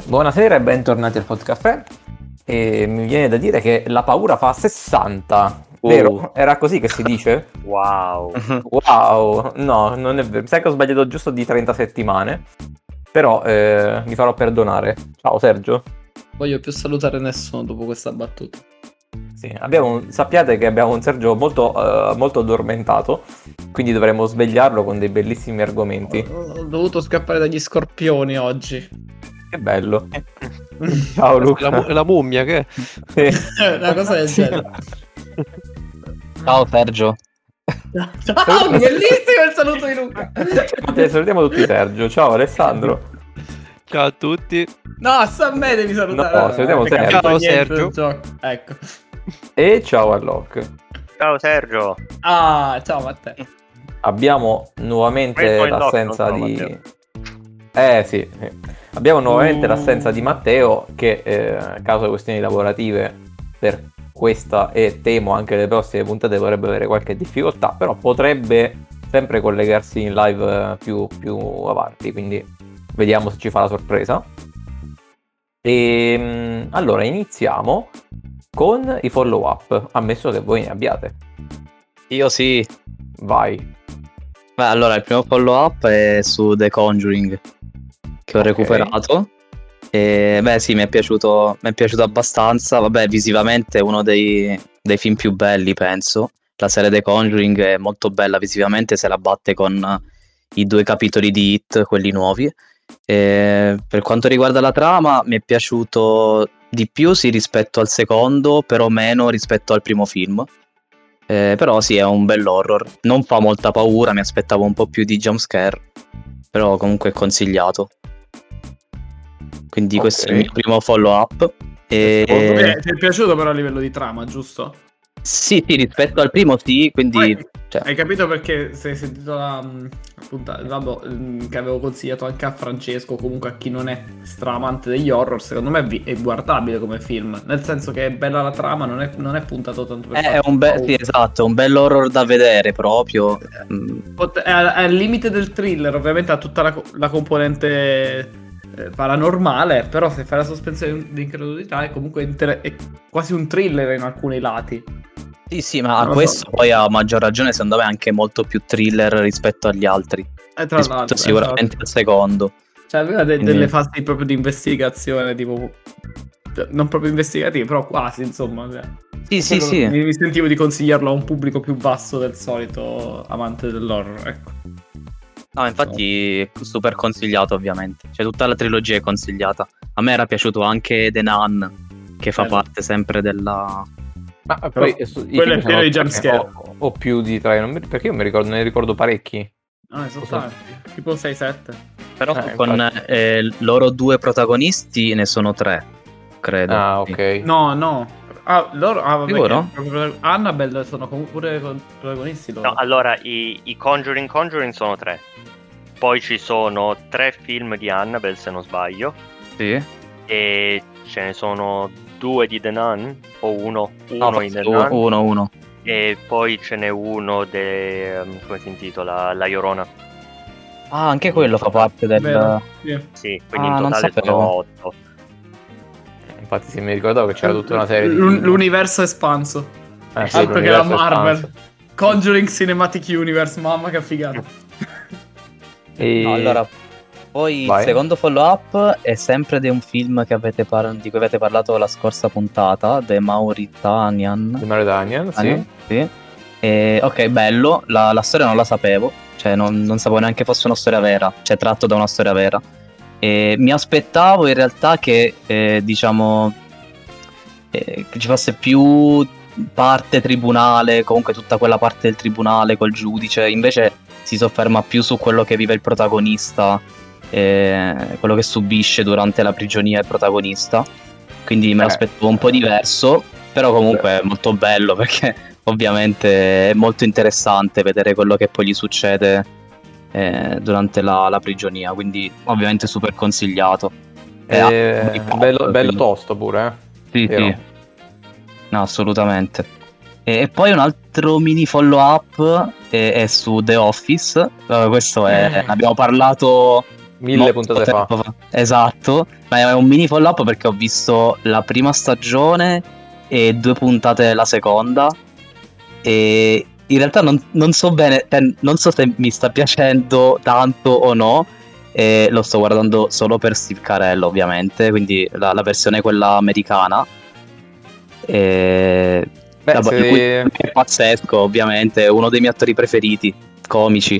Buonasera e bentornati al Podcaffè. E mi viene da dire che la paura fa 60, vero? Era così che si dice? Wow. Wow, no, non è vero. Mi sa che ho sbagliato giusto di 30 settimane, però mi farò perdonare. Ciao Sergio. Voglio più salutare nessuno dopo questa battuta. Sì, sappiate che abbiamo un Sergio molto, molto addormentato, quindi dovremmo svegliarlo con dei bellissimi argomenti. Ho dovuto scappare dagli scorpioni oggi. Che bello. Ciao Luca. La mummia che è? Una cosa del genere. Ciao Sergio. Ciao, bellissimo il saluto di Luca. Salutiamo tutti Sergio. Ciao Alessandro. Ciao a tutti. No, sta a me devi salutare. No, salutiamo Sergio. Ciao Sergio. Ecco. E ciao Alloc. Ciao Sergio. Ah, ciao Matteo. Abbiamo nuovamente Questo è l'assenza Loc, non di... Matteo. Sì. Abbiamo nuovamente l'assenza di Matteo che a causa di questioni lavorative per questa e temo anche le prossime puntate vorrebbe avere qualche difficoltà, però potrebbe sempre collegarsi in live più avanti, quindi vediamo se ci fa la sorpresa. E allora iniziamo con i follow up, ammesso che voi ne abbiate. Io sì. Vai. Beh, allora il primo follow up è su The Conjuring che ho recuperato. E beh sì, mi è piaciuto abbastanza. Vabbè, visivamente è uno dei film più belli, penso. La serie The Conjuring è molto bella visivamente, se la batte con i 2 capitoli di It, quelli nuovi. E per quanto riguarda la trama, mi è piaciuto di più sì rispetto al secondo, però meno rispetto al primo film. Però sì, è un bel horror. Non fa molta paura, mi aspettavo un po' più di jumpscare, però comunque è consigliato. Quindi questo è il mio primo follow up. Ti è piaciuto però a livello di trama, giusto? Sì, rispetto al primo sì, quindi hai capito perché se hai sentito la puntata che avevo consigliato anche a Francesco, comunque a chi non è stramante degli horror, secondo me è guardabile come film, nel senso che è bella la trama, non è puntato tanto per è un bel, sì, esatto, è un bel horror da vedere proprio. È al limite del thriller, ovviamente ha tutta la componente paranormale, però se fai la sospensione di incredulità è comunque è quasi un thriller in alcuni lati. Sì, ma a questo poi a maggior ragione secondo me è anche molto più thriller rispetto agli altri. Tra l'altro, sicuramente al secondo. Cioè aveva delle fasi proprio di investigazione, tipo non proprio investigative, però quasi, insomma. Sì. Mi sentivo di consigliarlo a un pubblico più basso del solito amante dell'horror, ecco. No, infatti è super consigliato ovviamente. Cioè tutta la trilogia è consigliata. A me era piaciuto anche The Nun, che fa parte sempre della... Ma poi quello è pieno di jumpscare. O più di 3, perché io ne ricordo parecchi. Ah, esattamente. Tipo 6-7. Però con loro 2 protagonisti ne sono 3, credo. Ah, ok. No. Ah, loro... Sicuro? Annabelle sono pure protagonisti loro. No, allora i Conjuring sono 3. Poi ci sono 3 film di Annabelle, se non sbaglio. Sì. E ce ne sono 2 di The Nun, o uno in The Nun. Uno. E poi ce n'è uno come si intitola? La Llorona. Ah, anche quello fa parte del... Sì, quindi in totale sono 8. Infatti sì, mi ricordavo che c'era tutta una serie di... L'universo espanso. Sì, altro che la Marvel. Espanso. Conjuring Cinematic Universe, mamma che figata. No, allora, poi il secondo follow up è sempre di un film che di cui avete parlato la scorsa puntata, The Mauritanian. The Mauritanian, sì. Ok, bello, la storia non la sapevo, cioè non sapevo neanche fosse una storia vera, cioè tratto da una storia vera. E mi aspettavo in realtà che diciamo che ci fosse più parte tribunale, comunque tutta quella parte del tribunale col giudice, invece si sofferma più su quello che vive il protagonista, quello che subisce durante la prigionia il protagonista, quindi me l'aspettavo un po' diverso, però comunque è molto bello perché ovviamente è molto interessante vedere quello che poi gli succede durante la prigionia, quindi ovviamente super consigliato. Bello tosto pure, Sì. No, assolutamente. E poi un altro mini follow up è su The Office. Questo è, ne abbiamo parlato 1000 puntate fa. tempo fa. Esatto, ma è un mini follow up perché ho visto la prima stagione e 2 puntate la seconda e in realtà non so bene, non so se mi sta piacendo tanto o no, e lo sto guardando solo per Steve Carell ovviamente, quindi la versione quella americana. E... Beh, vabbè, è pazzesco ovviamente, è uno dei miei attori preferiti, comici.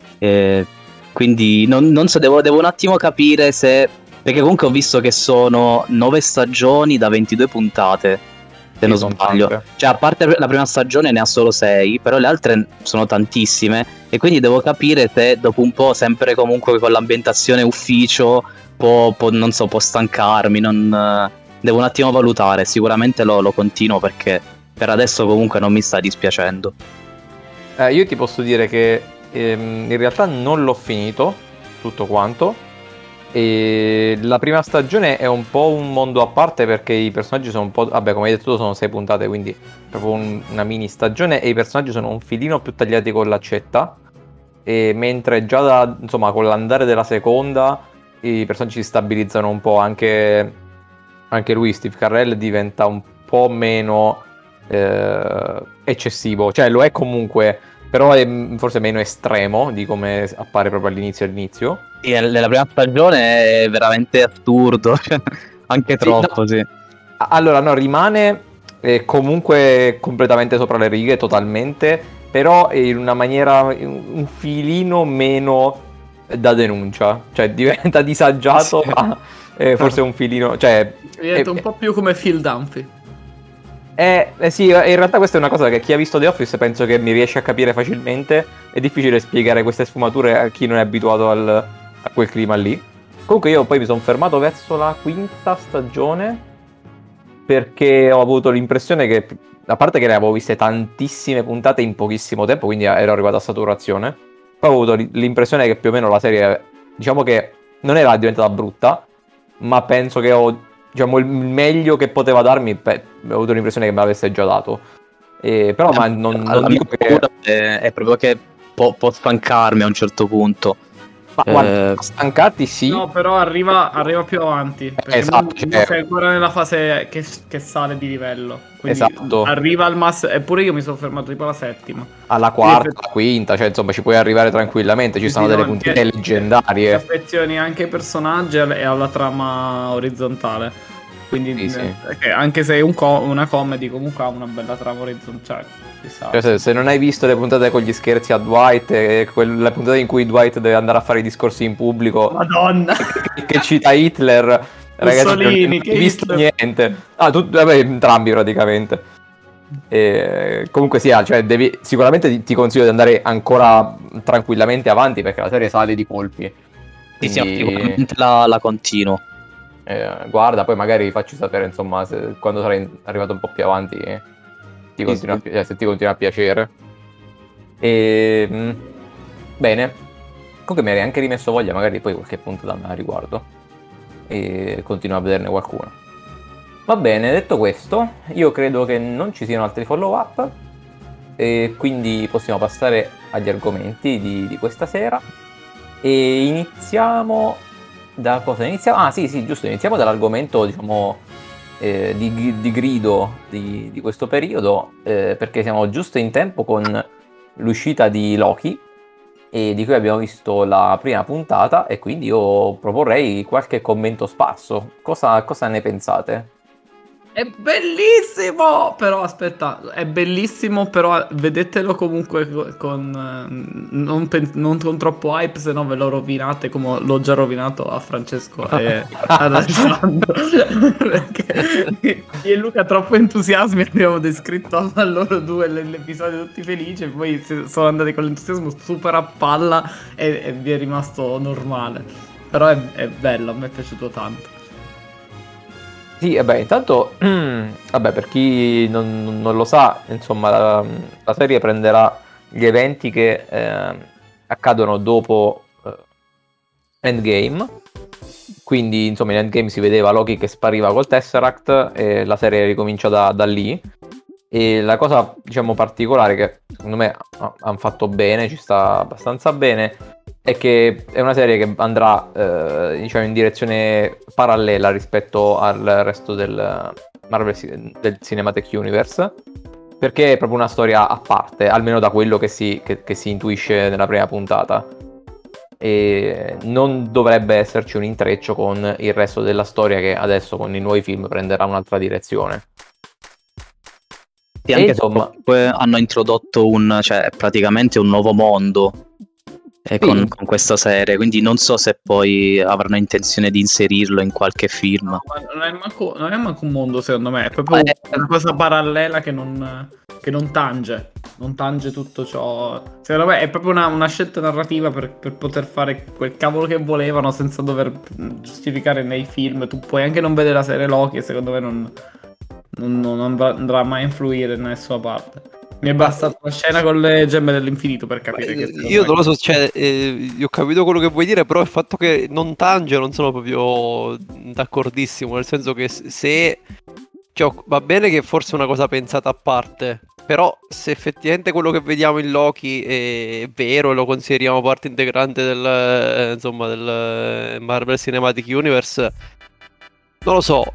Quindi non so, devo un attimo capire se... Perché comunque ho visto che sono 9 stagioni da 22 puntate, se non sbaglio. Tante. Cioè, a parte la prima stagione ne ha solo 6, però le altre sono tantissime. E quindi devo capire se dopo un po', sempre comunque con l'ambientazione ufficio, non so, può stancarmi. Devo un attimo valutare. Sicuramente lo continuo perché per adesso comunque non mi sta dispiacendo. Io ti posso dire che in realtà non l'ho finito tutto quanto. E la prima stagione è un po' un mondo a parte perché i personaggi sono un po'... Vabbè, come hai detto tu sono 6 puntate, quindi proprio una mini stagione e i personaggi sono un filino più tagliati con l'accetta. E mentre già insomma con l'andare della seconda i personaggi si stabilizzano un po', anche lui, Steve Carell, diventa un po' meno eccessivo. Cioè lo è comunque, però è forse meno estremo di come appare proprio all'inizio. Sì, nella prima stagione è veramente assurdo, anche troppo, no. sì. Allora, no, rimane comunque completamente sopra le righe, totalmente, però in una maniera un filino meno da denuncia. Cioè diventa disagiato, Sì. ma forse un filino... Cioè, Diventa un po' più come Phil Dunphy. sì, in realtà questa è una cosa che chi ha visto The Office penso che mi riesce a capire facilmente. È difficile spiegare queste sfumature a chi non è abituato a quel clima lì. Comunque io poi mi sono fermato verso la quinta stagione perché ho avuto l'impressione che, a parte che ne avevo viste tantissime puntate in pochissimo tempo, quindi ero arrivato a saturazione, poi ho avuto l'impressione che più o meno la serie, diciamo che non era diventata brutta, ma penso che diciamo, il meglio che poteva darmi, ho avuto l'impressione che me l'avesse già dato. Però ma non dico che... È proprio che può stancarmi a un certo punto. Ma guarda, stancarti sì. No, però arriva più avanti. Perché Esatto, non sei ancora nella fase che sale di livello. Quindi Esatto. arriva al massimo. Eppure io mi sono fermato tipo alla settima. Alla quarta, alla quinta, cioè insomma ci puoi arrivare tranquillamente, ci sono delle puntate Ti leggendarie. affezioni anche ai personaggi e alla trama orizzontale. Quindi Sì. anche se è una comedy, comunque ha una bella trama orizzontale. Cioè, se non hai visto le puntate con gli scherzi a Dwight e le puntate in cui Dwight deve andare a fare i discorsi in pubblico, Madonna, che cita Hitler, ragazzi, Mussolini, non hai visto niente. Vabbè, entrambi praticamente. Comunque sia, cioè sicuramente ti consiglio di andare ancora tranquillamente avanti perché la serie sale di colpi. Sì, sicuramente la continuo. Guarda, poi magari facci sapere, insomma, quando sarai arrivato un po' più avanti se ti continua a piacere. Bene. Comunque mi eri anche rimesso voglia, magari poi qualche punto da me a riguardo. E continuo a vederne qualcuno. Va bene, detto questo, io credo che non ci siano altri follow up. E quindi possiamo passare agli argomenti di questa sera. E iniziamo... Da cosa iniziamo? Ah sì, giusto, iniziamo dall'argomento, diciamo, di grido di questo periodo, perché siamo giusto in tempo con l'uscita di Loki, e di cui abbiamo visto la prima puntata, e quindi io proporrei qualche commento sparso. Cosa ne pensate? è bellissimo! Però aspetta, è bellissimo, però vedetelo comunque non con troppo hype, se no ve lo rovinate come l'ho già rovinato a Francesco e ad Alessandro. Perché io e Luca troppo entusiasmi abbiamo descritto a loro due l'episodio tutti felici, e poi sono andati con l'entusiasmo super a palla e vi è rimasto normale. Però è bello, a me è piaciuto tanto. Sì, intanto, per chi non lo sa, insomma, la serie prenderà gli eventi che accadono dopo Endgame. Quindi, insomma, in Endgame si vedeva Loki che spariva col Tesseract e la serie ricomincia da lì. E la cosa, diciamo, particolare che secondo me hanno fatto bene, ci sta abbastanza bene, è che è una serie che andrà, diciamo, in direzione parallela rispetto al resto del del Cinematic Universe, perché è proprio una storia a parte, almeno da quello che si intuisce nella prima puntata. E non dovrebbe esserci un intreccio con il resto della storia che adesso con i nuovi film prenderà un'altra direzione. Sì, anche insomma, poi hanno introdotto cioè, praticamente un nuovo mondo sì. con questa serie, quindi non so se poi avranno intenzione di inserirlo in qualche film. No, ma non è manco un mondo, secondo me, è proprio una cosa parallela che non tange tutto ciò. Secondo me è proprio una scelta narrativa per poter fare quel cavolo che volevano senza dover giustificare nei film. Tu puoi anche non vedere la serie Loki e secondo me non andrà mai a influire da nessuna parte. Mi è bastata la scena con le gemme dell'infinito per capire che io non lo so, cioè, io ho capito quello che vuoi dire, però il fatto che non tange non sono proprio d'accordissimo, nel senso che se cioè, va bene che forse è una cosa pensata a parte, però se effettivamente quello che vediamo in Loki è vero e lo consideriamo parte integrante del Marvel Cinematic Universe, non lo so,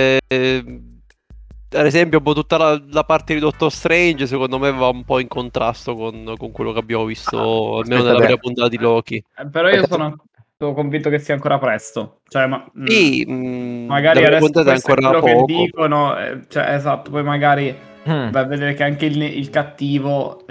ad esempio tutta la parte di Doctor Strange secondo me va un po' in contrasto con quello che abbiamo visto almeno nella prima puntata di Loki. Però io sono convinto che sia ancora presto, cioè sì, magari adesso questo è ancora quello poco. che dicono, cioè, esatto, poi magari vai a vedere che anche il cattivo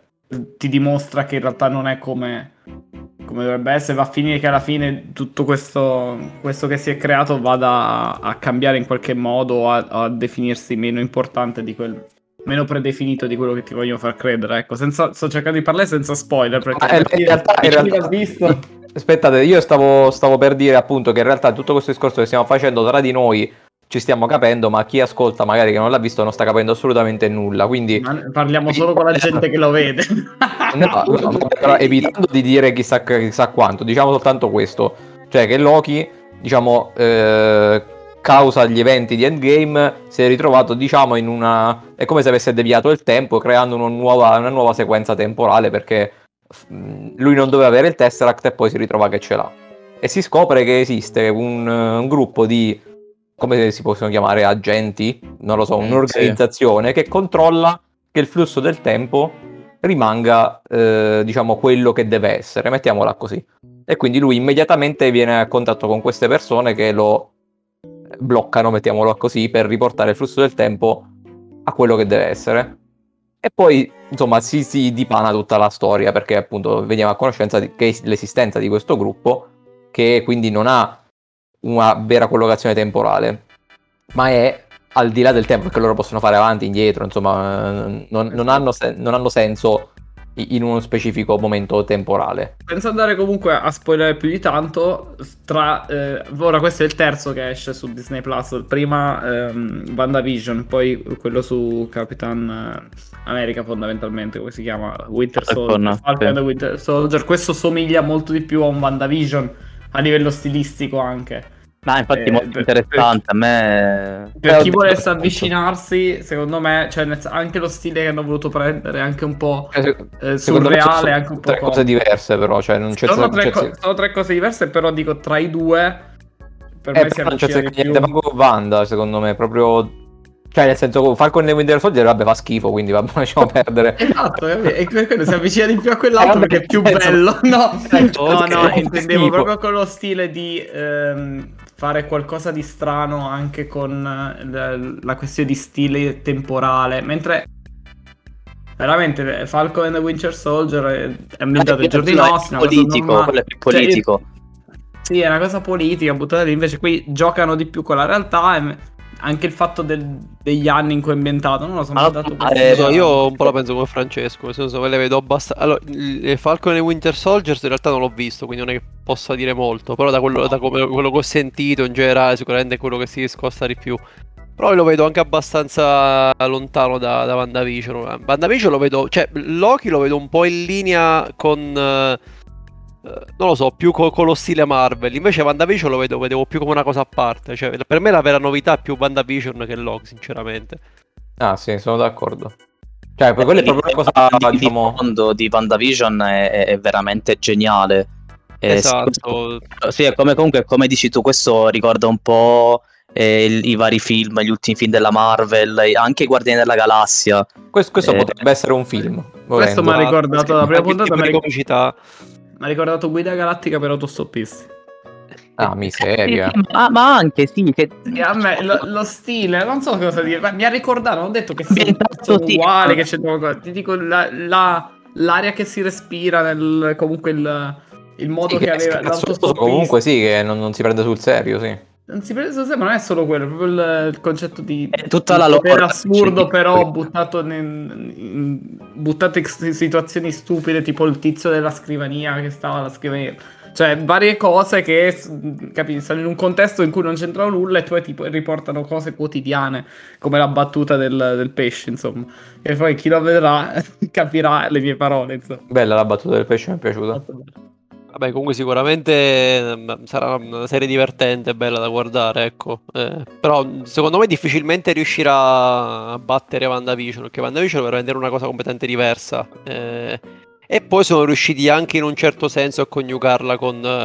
ti dimostra che in realtà non è come dovrebbe essere, va a finire che alla fine tutto questo che si è creato vada a cambiare in qualche modo, a definirsi meno importante di meno predefinito di quello che ti vogliono far credere. Ecco, sto cercando di parlare senza spoiler, perché in realtà visto. Aspettate, io stavo per dire appunto che in realtà tutto questo discorso che stiamo facendo tra di noi ci stiamo capendo, ma chi ascolta magari che non l'ha visto non sta capendo assolutamente nulla, quindi parliamo solo con la gente che lo vede. no, però evitando di dire chissà quanto, diciamo soltanto questo, cioè che Loki, diciamo, causa gli eventi di Endgame si è ritrovato, diciamo, è come se avesse deviato il tempo creando una nuova sequenza temporale, perché lui non doveva avere il Tesseract e poi si ritrova che ce l'ha e si scopre che esiste un gruppo di, come si possono chiamare, agenti, non lo so, un'organizzazione che controlla che il flusso del tempo rimanga, diciamo, quello che deve essere, mettiamola così. E quindi lui immediatamente viene a contatto con queste persone che lo bloccano, mettiamolo così, per riportare il flusso del tempo a quello che deve essere. E poi, insomma, si dipana tutta la storia, perché appunto veniamo a conoscenza dell'esistenza di questo gruppo, che quindi non ha una vera collocazione temporale, ma è al di là del tempo, perché loro possono fare avanti, indietro, insomma, non hanno senso in uno specifico momento temporale. Senza andare comunque a spoilerare più di tanto, ora questo è il terzo che esce su Disney Plus, prima WandaVision, poi quello su Capitan America, fondamentalmente, come si chiama? Winter Soldier, Falcon and Winter Soldier. Questo somiglia molto di più a un WandaVision a livello stilistico anche. Ma infatti molto interessante, a me per chi volesse avvicinarsi, secondo me, cioè anche lo stile che hanno voluto prendere è anche un po' surreale, anche un po' tre cose diverse, però, cioè non c'è sono tre cose diverse, però dico tra i due per me si avvicina di più. Niente, proprio Wanda, secondo me, proprio, cioè nel senso, Falcon e Winter Soldier vabbè fa schifo, quindi lasciamo perdere. Esatto, e quello si avvicina di più a quell'altro perché è più bello. No, intendevo proprio con lo stile di fare qualcosa di strano anche con la questione di stile temporale, mentre veramente Falcon and the Winter Soldier è ambientato ai giorni nostri, politico, quello è più politico. Sì, è una cosa politica buttata lì, invece qui giocano di più con la realtà e anche il fatto degli anni in cui è ambientato, non lo so, io un po' la penso come Francesco, nel senso che le vedo abbastanza. Allora, Falcon e Winter Soldier in realtà non l'ho visto, quindi non è che possa dire molto, però da quello che ho sentito in generale sicuramente è quello che si discosta di più. Però lo vedo anche abbastanza lontano da WandaVision. WandaVision lo vedo, cioè Loki lo vedo un po' in linea con non lo so, più con lo stile Marvel. Invece WandaVision lo vedevo più come una cosa a parte. Cioè, per me la vera novità è più WandaVision che Loki, sinceramente. Ah sì, sono d'accordo. Cioè, poi quella è proprio una cosa, Di diciamo... fondo di WandaVision è veramente geniale. Sì, Esatto. sì, è come, comunque, come dici tu, questo ricorda un po' i vari film, gli ultimi film della Marvel, anche i Guardiani della Galassia. Questo potrebbe essere un film, Questo mi ha volendo. ricordato la prima Anche il puntata, tipo di comicità. mi ha ricordato Guida Galattica per autostoppisti. Ah, miseria. Ma anche sì, che E a me lo stile, non so cosa dire, ma mi ha ricordato, non ho detto che Ambientato, sono sì. uguali, che c'è ti dico l'aria che si respira, comunque il modo Sì, che che è aveva scherzoso l'autostoppista. comunque sì, che non si prende sul serio, sì. Non si prende sul serio, ma non è solo quello, è proprio il concetto di è tutta il la lore. potere assurdo, Cioè, però buttato buttato in situazioni stupide, tipo il tizio della scrivania che stava alla scrivania. Cioè, varie cose che, capisci, stanno in un contesto in cui non c'entrano nulla e poi tipo riportano cose quotidiane, come la battuta del pesce, insomma. E poi chi lo vedrà capirà le mie parole, insomma. Bella la battuta del pesce, mi è piaciuta. Vabbè, comunque sicuramente sarà una serie divertente, bella da guardare, ecco. Però secondo me difficilmente riuscirà a battere WandaVision, perché WandaVision è veramente una cosa completamente diversa. E poi sono riusciti anche in un certo senso a coniugarla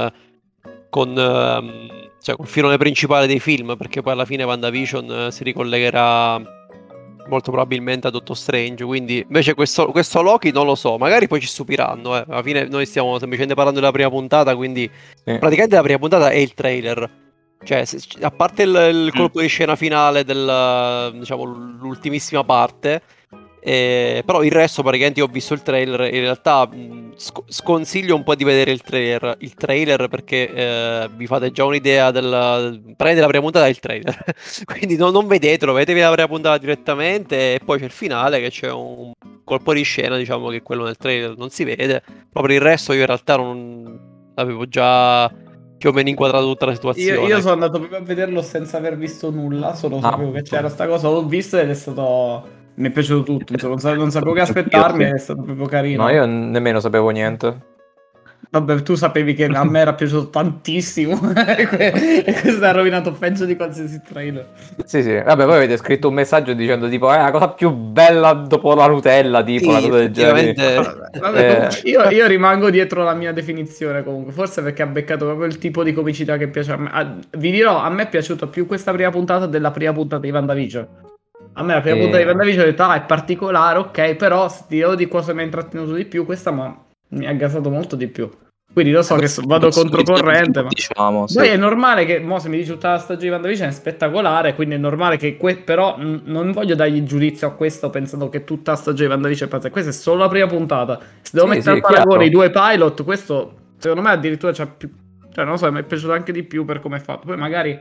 cioè, col filone principale dei film, perché poi alla fine WandaVision si ricollegherà molto probabilmente a Doctor Strange, quindi invece questo Loki non lo so, magari poi ci stupiranno, alla fine noi stiamo semplicemente parlando della prima puntata, quindi Sì. praticamente la prima puntata è il trailer, cioè a parte il colpo di scena finale diciamo l'ultimissima parte, però il resto praticamente io ho visto il trailer, in realtà sconsiglio un po' di vedere il trailer perché vi fate già un'idea prendete la prima puntata del trailer, quindi non vedetelo, vedetevi la prima puntata direttamente e poi c'è il finale che c'è un colpo di scena, diciamo che quello nel trailer non si vede, però per il resto io in realtà non avevo già più o meno inquadrato tutta la situazione. Io sono andato proprio a vederlo senza aver visto nulla, solo sapevo che c'era sta cosa, l'ho visto ed è stato... Mi è piaciuto tutto, insomma, non sapevo che aspettarmi, è stato proprio carino. No, io nemmeno sapevo niente. Vabbè, tu sapevi che a me era piaciuto tantissimo e questo ha rovinato peggio di qualsiasi trailer. Sì, sì. Vabbè, voi avete scritto un messaggio dicendo tipo è la cosa più bella dopo la Nutella, tipo Sì, una cosa del genere. effettivamente. Vabbè, comunque, io rimango dietro la mia definizione comunque, forse perché ha beccato proprio il tipo di comicità che piace a me. Vi dirò, a me è piaciuta più questa prima puntata della prima puntata di WandaVision. A me la prima puntata di WandaVision ho detto, è particolare, ok, però se ti devo di cosa mi ha intrattenuto di più, questa mi ha gasato molto di più. Quindi lo so che vado controcorrente, ma diciamo, sì. poi è normale che, mo se mi dici tutta la stagione di WandaVision è spettacolare, quindi è normale che, però non voglio dargli giudizio a questo pensando che tutta la stagione di WandaVision è pazzesca. Questa è solo la prima puntata. Se devo mettere al paragone i due pilot, questo secondo me addirittura c'ha più... Cioè non lo so, mi è piaciuto anche di più per come è fatto. Poi magari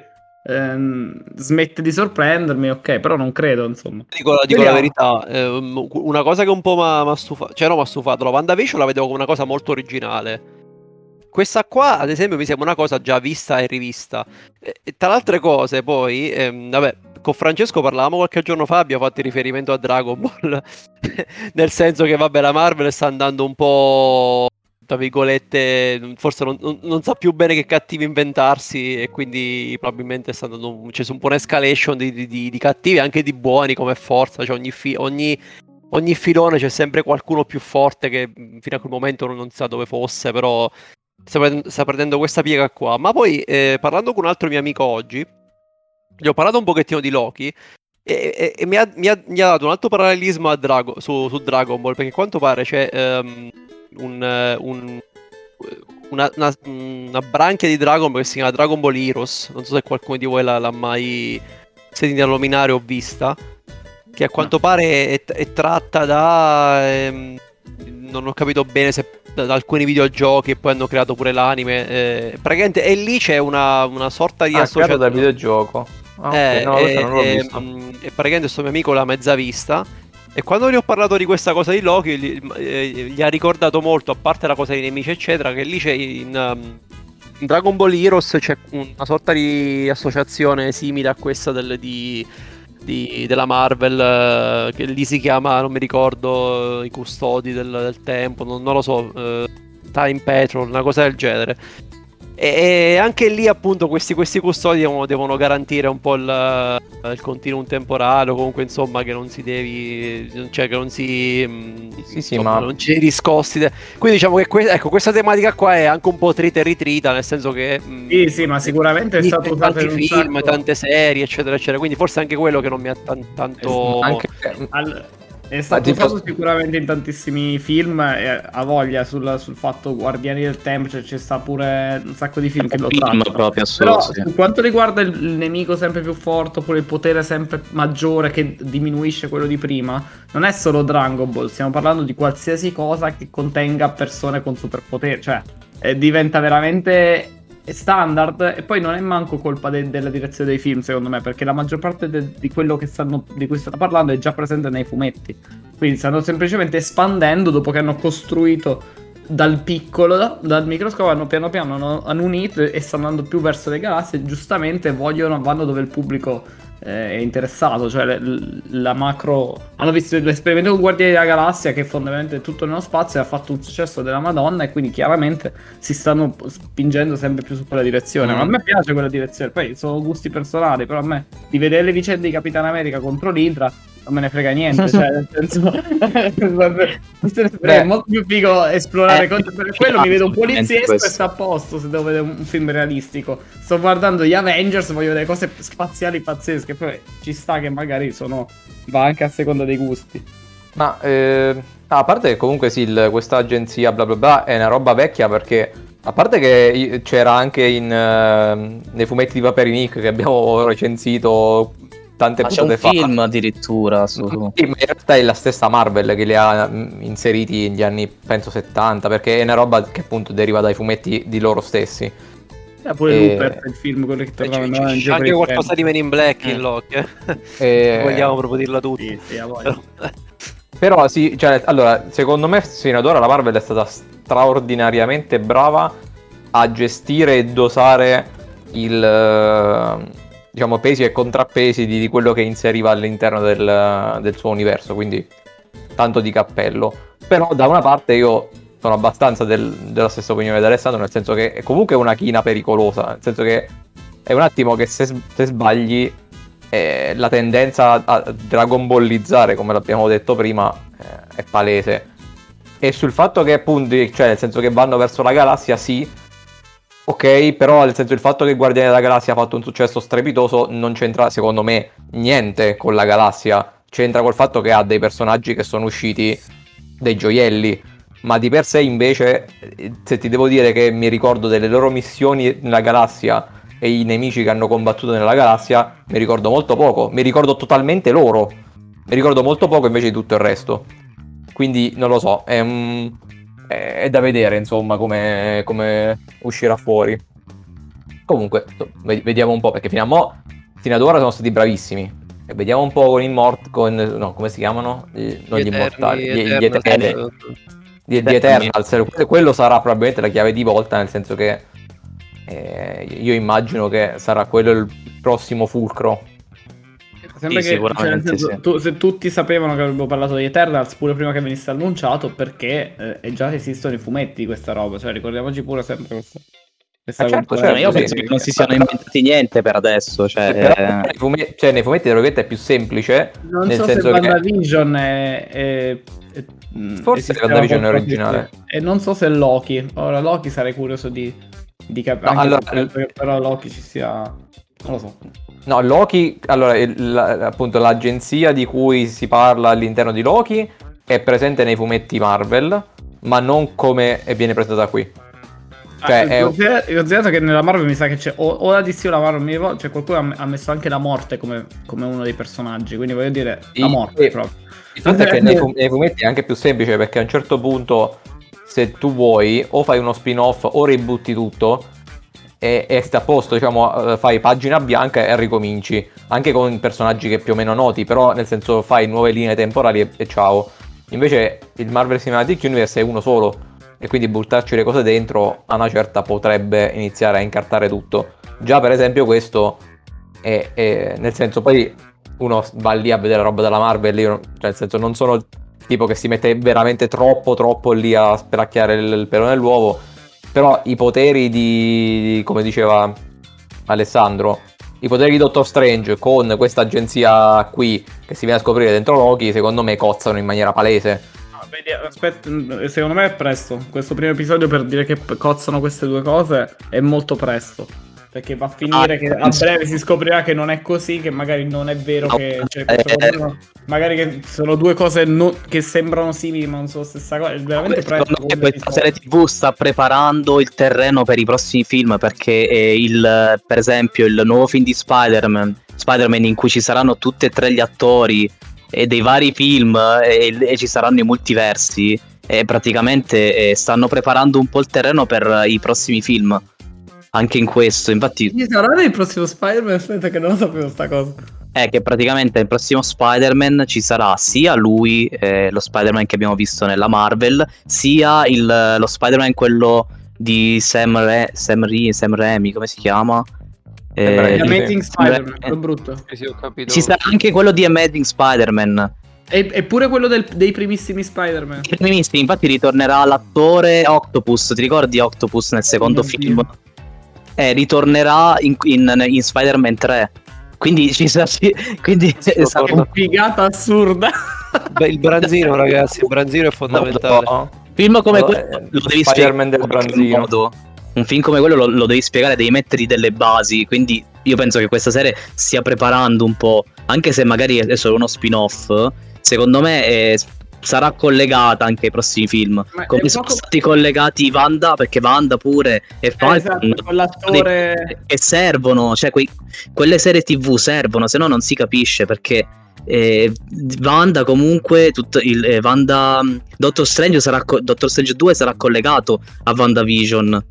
smette di sorprendermi, ok, però non credo, insomma. Dico la verità, una cosa che un po' mi ha stufato, cioè no, mi ha stufato, la WandaVision la vedevo come una cosa molto originale. Questa qua, ad esempio, mi sembra una cosa già vista e rivista. E tra le altre cose, poi, vabbè, con Francesco parlavamo qualche giorno fa, abbiamo fatto riferimento a Dragon Ball, nel senso che, vabbè, la Marvel sta andando un po', tra virgolette, forse non sa più bene che cattivi inventarsi e quindi probabilmente sta andando, c'è un po' un'escalation di cattivi, anche di buoni come forza, cioè ogni filone c'è sempre qualcuno più forte che fino a quel momento non sa dove fosse, però sta prendendo questa piega qua. Ma poi parlando con un altro mio amico oggi, gli ho parlato un pochettino di Loki e mi ha dato un altro parallelismo su Dragon Ball, perché a quanto pare c'è una branchia di Dragon Ball che si chiama Dragon Ball Heroes, non so se qualcuno di voi l'ha mai sentita nominare o vista, che a quanto pare è tratta da non ho capito bene se da alcuni videogiochi e poi hanno creato pure l'anime, praticamente, e lì c'è una sorta di associazione dal videogioco. Okay. No, questo non l'ho visto. E praticamente sto mio amico l'ha mezza vista e quando gli ho parlato di questa cosa di Loki gli ha ricordato molto, a parte la cosa dei nemici eccetera, che lì c'è in Dragon Ball Heroes c'è una sorta di associazione simile a questa della Marvel, che lì si chiama, non mi ricordo, i custodi del tempo, non lo so, Time Patrol, una cosa del genere. E anche lì appunto questi custodi devono garantire un po' il continuum temporale, o comunque insomma che non si cioè che non si insomma, non ci discosti. Quindi diciamo che ecco, questa tematica qua è anche un po' trita e ritrita, nel senso che sì, ma sicuramente è stato usato tanti in un film, sacco... tante serie, eccetera, eccetera. Quindi forse anche quello che non mi ha tanto Anche... È stato usato sicuramente in tantissimi film, ha voglia sul fatto Guardiani del Tempo, cioè c'è sta pure un sacco di film che lo trattano. Proprio Però sì. per quanto riguarda il nemico sempre più forte, oppure il potere sempre maggiore che diminuisce quello di prima, non è solo Dragon Ball, stiamo parlando di qualsiasi cosa che contenga persone con superpoteri, cioè diventa veramente standard. E poi non è manco colpa della direzione dei film, secondo me, perché la maggior parte di quello di cui stanno parlando è già presente nei fumetti, quindi stanno semplicemente espandendo dopo che hanno costruito dal piccolo, dal microscopio, piano piano hanno unito e stanno andando più verso le galassie. Giustamente vanno dove il pubblico è interessato, cioè la macro. Hanno visto l'esperimento con Guardiani della Galassia, che fondamentalmente è tutto nello spazio e ha fatto un successo della Madonna, e quindi chiaramente si stanno spingendo sempre più su quella direzione. Ma a me piace quella direzione, poi sono gusti personali, però a me di vedere le vicende di Capitan America contro l'Hydra non me ne frega niente, cioè nel senso è molto più figo esplorare cose. Per quello mi vedo un poliziesco e sta a posto se devo vedere un film realistico. Sto guardando gli Avengers, voglio vedere cose spaziali pazzesche, poi ci sta che magari va anche a seconda dei gusti. Ma a parte che comunque sì, questa agenzia bla bla bla è una roba vecchia, perché a parte che c'era anche nei fumetti di Paperinik che abbiamo recensito tante puntate fa. C'è un film addirittura su... Sì, ma in realtà è la stessa Marvel che li ha inseriti negli anni, penso 70, perché è una roba che appunto deriva dai fumetti di loro stessi. Pure Looper, il film, quello che tornava c'è anche qualcosa di Men in Black in Loki, vogliamo proprio dirla tutti. Sì, Però sì, cioè, allora, secondo me fino ad ora la Marvel è stata straordinariamente brava a gestire e dosare diciamo, pesi e contrappesi di quello che inseriva all'interno del suo universo, quindi tanto di cappello. Però da una parte io sono abbastanza della stessa opinione di Alessandro, nel senso che è comunque una china pericolosa, nel senso che è un attimo che se sbagli la tendenza a Dragon Ballizzare, come l'abbiamo detto prima, è palese. E sul fatto che appunto, cioè nel senso che vanno verso la galassia, sì, ok, però nel senso il fatto che Guardiani della Galassia ha fatto un successo strepitoso non c'entra secondo me niente con la galassia, c'entra col fatto che ha dei personaggi che sono usciti dei gioielli, ma di per sé invece, se ti devo dire che mi ricordo delle loro missioni nella galassia e i nemici che hanno combattuto nella galassia, mi ricordo molto poco, mi ricordo totalmente loro, mi ricordo molto poco invece di tutto il resto, quindi non lo so, è da vedere insomma come uscirà fuori. Comunque vediamo un po', perché fino ad ora sono stati bravissimi, e vedidiamo un po' con no, come si chiamano? Non gli immortali, gli Eternals. Quello sarà probabilmente la chiave di volta, nel senso che io immagino che sarà quello il prossimo fulcro. Sembra che, sicuramente cioè, se tutti sapevano che avevo parlato di Eternals pure prima che venisse annunciato, perché già esistono i fumetti di questa roba, cioè ricordiamoci pure sempre questa certo, io penso che non si siano inventati niente per adesso, cioè, nei fumetti è più semplice, non nel so senso se WandaVision forse WandaVision è originale, e non so se Loki. Ora Loki sarei curioso di capire, però Loki ci sia, non lo so. No, Loki, allora appunto l'agenzia di cui si parla all'interno di Loki è presente nei fumetti Marvel, ma non come viene presentata qui. Cioè, ho considerato che nella Marvel mi sa che c'è o la DC o la Marvel, cioè qualcuno ha messo anche la morte come uno dei personaggi, quindi voglio dire la morte proprio. Il fatto è che nei fumetti è anche più semplice, perché a un certo punto, se tu vuoi, o fai uno spin-off o ributti tutto e sta a posto, diciamo, fai pagina bianca e ricominci, anche con personaggi che più o meno noti, però nel senso fai nuove linee temporali e ciao. Invece il Marvel Cinematic Universe è uno solo, e quindi buttarci le cose dentro a una certa potrebbe iniziare a incartare tutto. Già per esempio questo è nel senso, poi uno va lì a vedere la roba della Marvel, io, cioè nel senso non sono il tipo che si mette veramente troppo lì a spelacchiare il pelo nell'uovo, però i poteri come diceva Alessandro, i poteri di Doctor Strange con questa agenzia qui che si viene a scoprire dentro Loki, secondo me cozzano in maniera palese. Vedi, aspetta, secondo me è presto. Questo primo episodio per dire che cozzano queste due cose è molto presto. Perché va a finire che a breve si scoprirà che non è così, che magari non è vero che c'è questo problema. Magari che sono due cose che sembrano simili ma non sono la stessa cosa. È veramente presto. Secondo me questa serie TV sta preparando il terreno per i prossimi film, perché per esempio il nuovo film di Spider-Man in cui ci saranno tutti e tre gli attori e dei vari film e ci saranno i multiversi, e praticamente stanno preparando un po' il terreno per i prossimi film. Anche in questo, infatti. Ci sarà nel prossimo Spider-Man? Aspetta, che non lo sapevo sta cosa. È che praticamente nel prossimo Spider-Man ci sarà sia lui, lo Spider-Man che abbiamo visto nella Marvel, sia lo Spider-Man quello di Sam Raimi, come si chiama? Amazing Spider-Man, quello brutto. Sì, ho capito. Ci sarà anche quello di Amazing Spider-Man. Eppure quello dei primissimi Spider-Man. I primissimi, infatti ritornerà l'attore Octopus, ti ricordi Octopus nel secondo film? Ritornerà in Spider-Man 3. Quindi ci sarà, quindi sarà una figata assurda. Beh, il branzino, ragazzi, il branzino è fondamentale. Film come quello lo devi Spider-Man del branzino. Un film come quello lo devi spiegare, devi mettergli delle basi. Quindi io penso che questa serie stia preparando un po', anche se magari è solo uno spin-off. Secondo me sarà collegata anche ai prossimi film. Ma come sono stati collegati Wanda, perché Wanda pure e Falcon, con l'attore che servono, cioè quelle serie TV servono, se no non si capisce, perché Wanda comunque Wanda Doctor Strange 2 sarà collegato a WandaVision,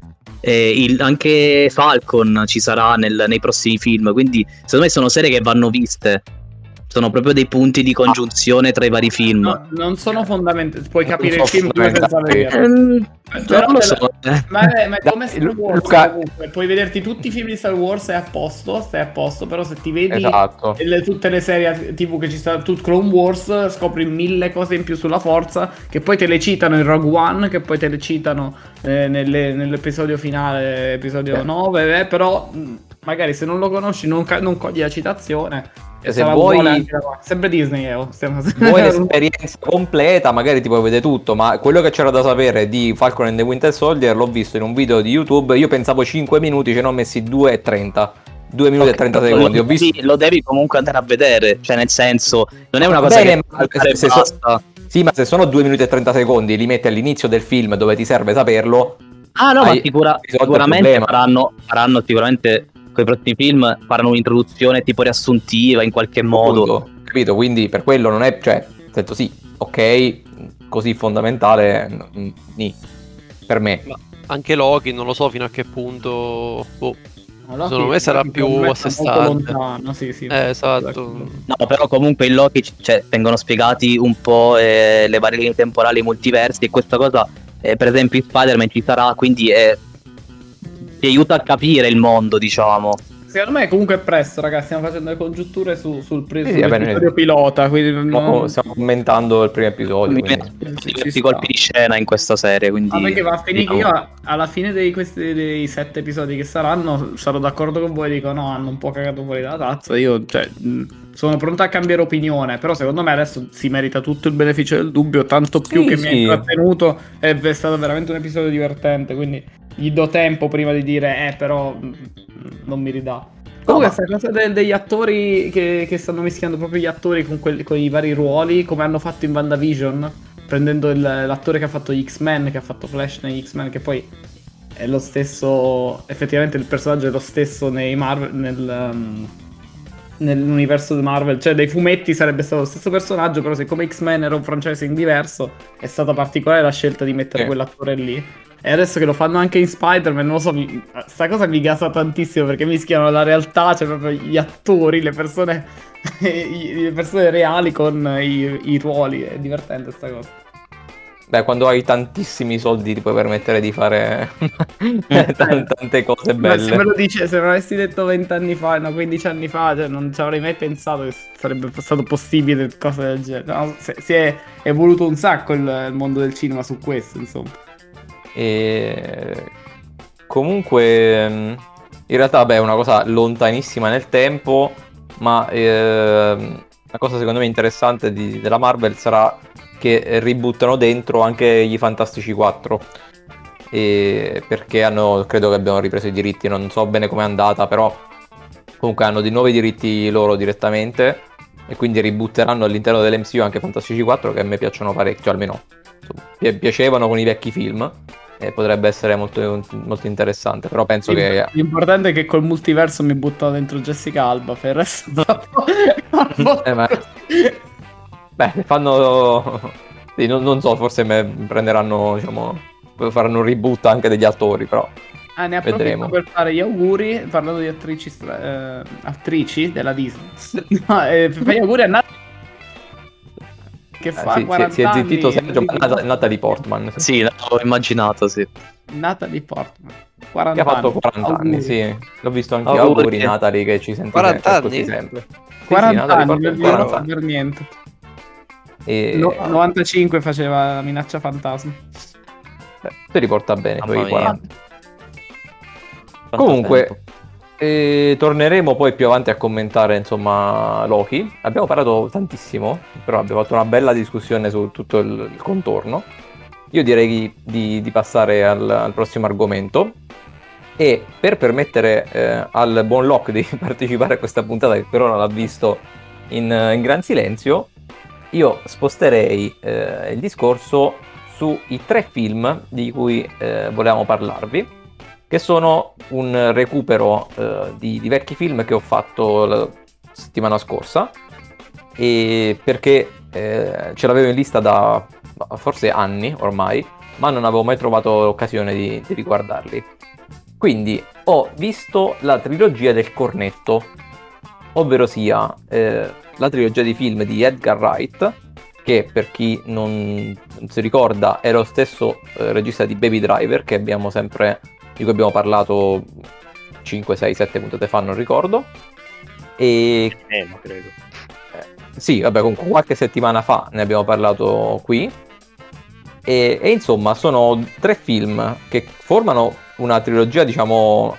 anche Falcon ci sarà nei prossimi film, quindi secondo me sono serie che vanno viste. Sono proprio dei punti di congiunzione tra i vari film. No, non sono fondamentali. Puoi capire il film pure senza vederlo. Non lo so. Ma è come Star Wars. Comunque. Puoi vederti tutti i film di Star Wars, stai a posto. Però se ti vedi tutte le serie TV che ci stanno, Clone Wars, scopri 1000 cose in più sulla forza, che poi te le citano in Rogue One, che poi te le citano nell'episodio finale, episodio 9. Però magari se non lo conosci non cogli la citazione. Se vuoi sempre Disney, vuoi l'esperienza completa, magari ti puoi vedere tutto, ma quello che c'era da sapere di Falcon and the Winter Soldier l'ho visto in un video di YouTube. Io pensavo 5 minuti, ce ne ho messi 2,30 2 minuti e 30 secondi. Lo devi comunque andare a vedere, cioè nel senso non è una cosa che sì, ma se sono 2 minuti e 30 secondi li metti all'inizio del film dove ti serve saperlo. Ma sicuramente faranno sicuramente con i prossimi film faranno un'introduzione tipo riassuntiva in qualche modo, capito? Quindi per quello non è, cioè, sento sì, ok, così fondamentale per me. Ma anche Loki non lo so fino a che punto secondo me sarà più a sé stante. Sì. Esatto. No, però comunque in Loki vengono spiegati un po' le varie linee temporali, i multiversi, e questa cosa per esempio in Spider-Man ci sarà, quindi ti aiuta a capire il mondo, diciamo. Secondo me comunque è presto, ragazzi, stiamo facendo le congiunture sul episodio pilota, quindi stiamo commentando il primo episodio. Diversi colpi di scena in questa serie, quindi perché va a finire che io alla fine dei 7 episodi che saranno sarò d'accordo con voi, dico no, hanno un po' cagato fuori dalla tazza. Io sono pronto a cambiare opinione, però secondo me adesso si merita tutto il beneficio del dubbio, tanto più che mi ha intrattenuto, è stato veramente un episodio divertente, quindi gli do tempo prima di dire però non mi ridà. Comunque questa cosa degli attori che stanno mischiando proprio gli attori con i vari ruoli, come hanno fatto in WandaVision, prendendo l'attore che ha fatto gli X-Men, che ha fatto Flash negli X-Men, che poi è lo stesso, effettivamente il personaggio è lo stesso nei Marvel, nell'universo di Marvel, cioè dei fumetti sarebbe stato lo stesso personaggio, però siccome X-Men era un franchising diverso è stata particolare la scelta di mettere quell'attore lì. E adesso che lo fanno anche in Spider-Man, non lo so, sta cosa mi gasa tantissimo, perché mischiano la realtà, cioè proprio gli attori, le persone reali con i ruoli. È divertente sta cosa. Beh, quando hai tantissimi soldi ti puoi permettere di fare tante cose belle. Ma se me l'avessi detto 20 anni fa, 15 anni fa, cioè non ci avrei mai pensato che sarebbe stato possibile cose del genere. No, si è evoluto un sacco il mondo del cinema su questo, insomma. comunque, in realtà, vabbè, è una cosa lontanissima nel tempo, ma una cosa secondo me interessante della Marvel sarà che ributtano dentro anche gli Fantastici 4. Perché credo che abbiano ripreso i diritti, non so bene com'è andata, però comunque hanno di nuovi diritti loro direttamente e quindi ributteranno all'interno dell'MCU anche Fantastici 4, che a me piacciono parecchio, almeno piacevano con i vecchi film. E potrebbe essere molto, molto interessante, però penso che... L'importante è che col multiverso mi buttano dentro Jessica Alba, per il resto Beh, fanno... Sì, non so, forse prenderanno, diciamo... faranno un reboot anche degli attori, però... ne approfitto vedremo. per fare gli auguri, parlando di attrici della Disney. No, fai gli auguri a Natalie che fa sì, 40 si è anni. zittito Sergio, ma Natalie Portman. Sì, l'avevo immaginato, sì. Natalie Portman. Che 40 ha fatto anni. 40 anni, Auguri. sì. L'ho visto anche io. Auguri. Auguri Natalie, che ci senti 40 sempre, ascolti anni? sempre. Sì, 40 Natalie anni, Portman, non 40 so anni. per niente. E... 95 faceva la minaccia fantasma. Si riporta bene i Mamma suoi mia. 40. Quanto Comunque, tempo. torneremo poi più avanti a commentare, insomma, Loki. Abbiamo parlato tantissimo, però abbiamo fatto una bella discussione su tutto il contorno. Io direi di passare al prossimo argomento. E per permettere al buon Locke di partecipare a questa puntata, che per ora l'ha visto in gran silenzio, io sposterei il discorso sui 3 film di cui volevamo parlarvi, che sono un recupero di vecchi film che ho fatto la settimana scorsa, e perché ce l'avevo in lista da forse anni ormai, ma non avevo mai trovato l'occasione di riguardarli. Quindi ho visto la trilogia del Cornetto, ovvero sia la trilogia di film di Edgar Wright, che per chi non si ricorda è lo stesso regista di Baby Driver, che di cui abbiamo parlato 5, 6, 7 puntate fa, non ricordo. E credo. sì, vabbè, comunque qualche settimana fa ne abbiamo parlato qui. E insomma, sono 3 film che formano una trilogia, diciamo,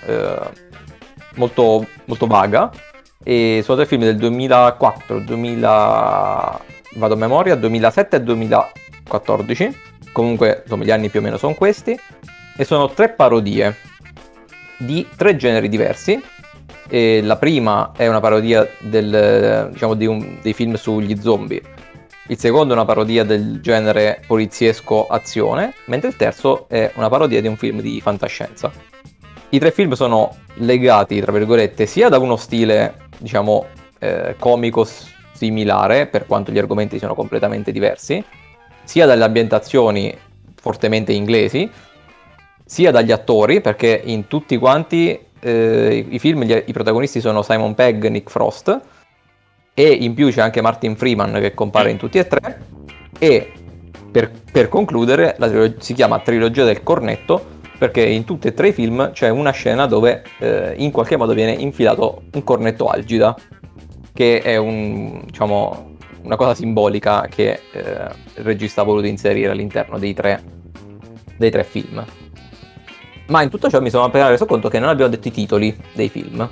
molto, molto vaga. E sono 3 film del 2004, 2000, vado a memoria, 2007 e 2014. Comunque, insomma, gli anni più o meno sono questi. E sono 3 parodie di 3 generi diversi. E la prima è una parodia diciamo, dei film sugli zombie. Il secondo è una parodia del genere poliziesco azione, mentre il terzo è una parodia di un film di fantascienza. I 3 film sono legati, tra virgolette, sia da uno stile, diciamo, comico similare, per quanto gli argomenti siano completamente diversi, sia dalle ambientazioni fortemente inglesi, sia dagli attori, perché in tutti quanti i film i protagonisti sono Simon Pegg e Nick Frost, e in più c'è anche Martin Freeman che compare in tutti e 3. E per concludere, si chiama Trilogia del Cornetto perché in tutti e 3 i film c'è una scena dove in qualche modo viene infilato un cornetto algida, che è diciamo, una cosa simbolica che il regista ha voluto inserire all'interno dei tre film. Ma in tutto ciò mi sono appena reso conto che non abbiamo detto i titoli dei film.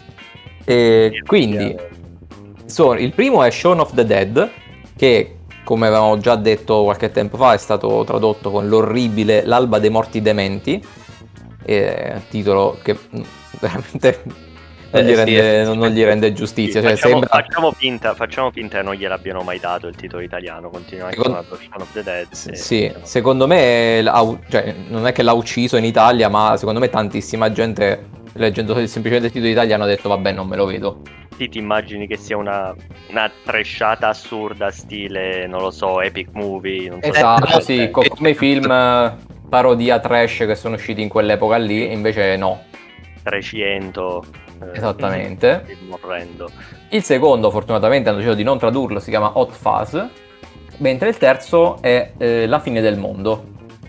E quindi il primo è Shaun of the Dead, che, come avevamo già detto qualche tempo fa, è stato tradotto con l'orribile L'alba dei morti dementi, titolo che veramente non gli rende giustizia. Sì, cioè, facciamo finta che non gliel'abbiano mai dato il titolo italiano, continua a chiamarlo Shaun of the Dead. Sì, secondo me cioè, non è che l'ha ucciso in Italia, ma secondo me tantissima gente, leggendo semplicemente il titolo italiano, ha detto vabbè, non me lo vedo. Ti immagini che sia una trashata assurda stile, non lo so, epic movie, non so. Esatto, sì, come i film parodia trash che sono usciti in quell'epoca lì, invece no. 300. Esattamente. Orrendo. Il secondo, fortunatamente, hanno deciso di non tradurlo, si chiama Hot Fuzz, mentre il terzo è La fine del mondo.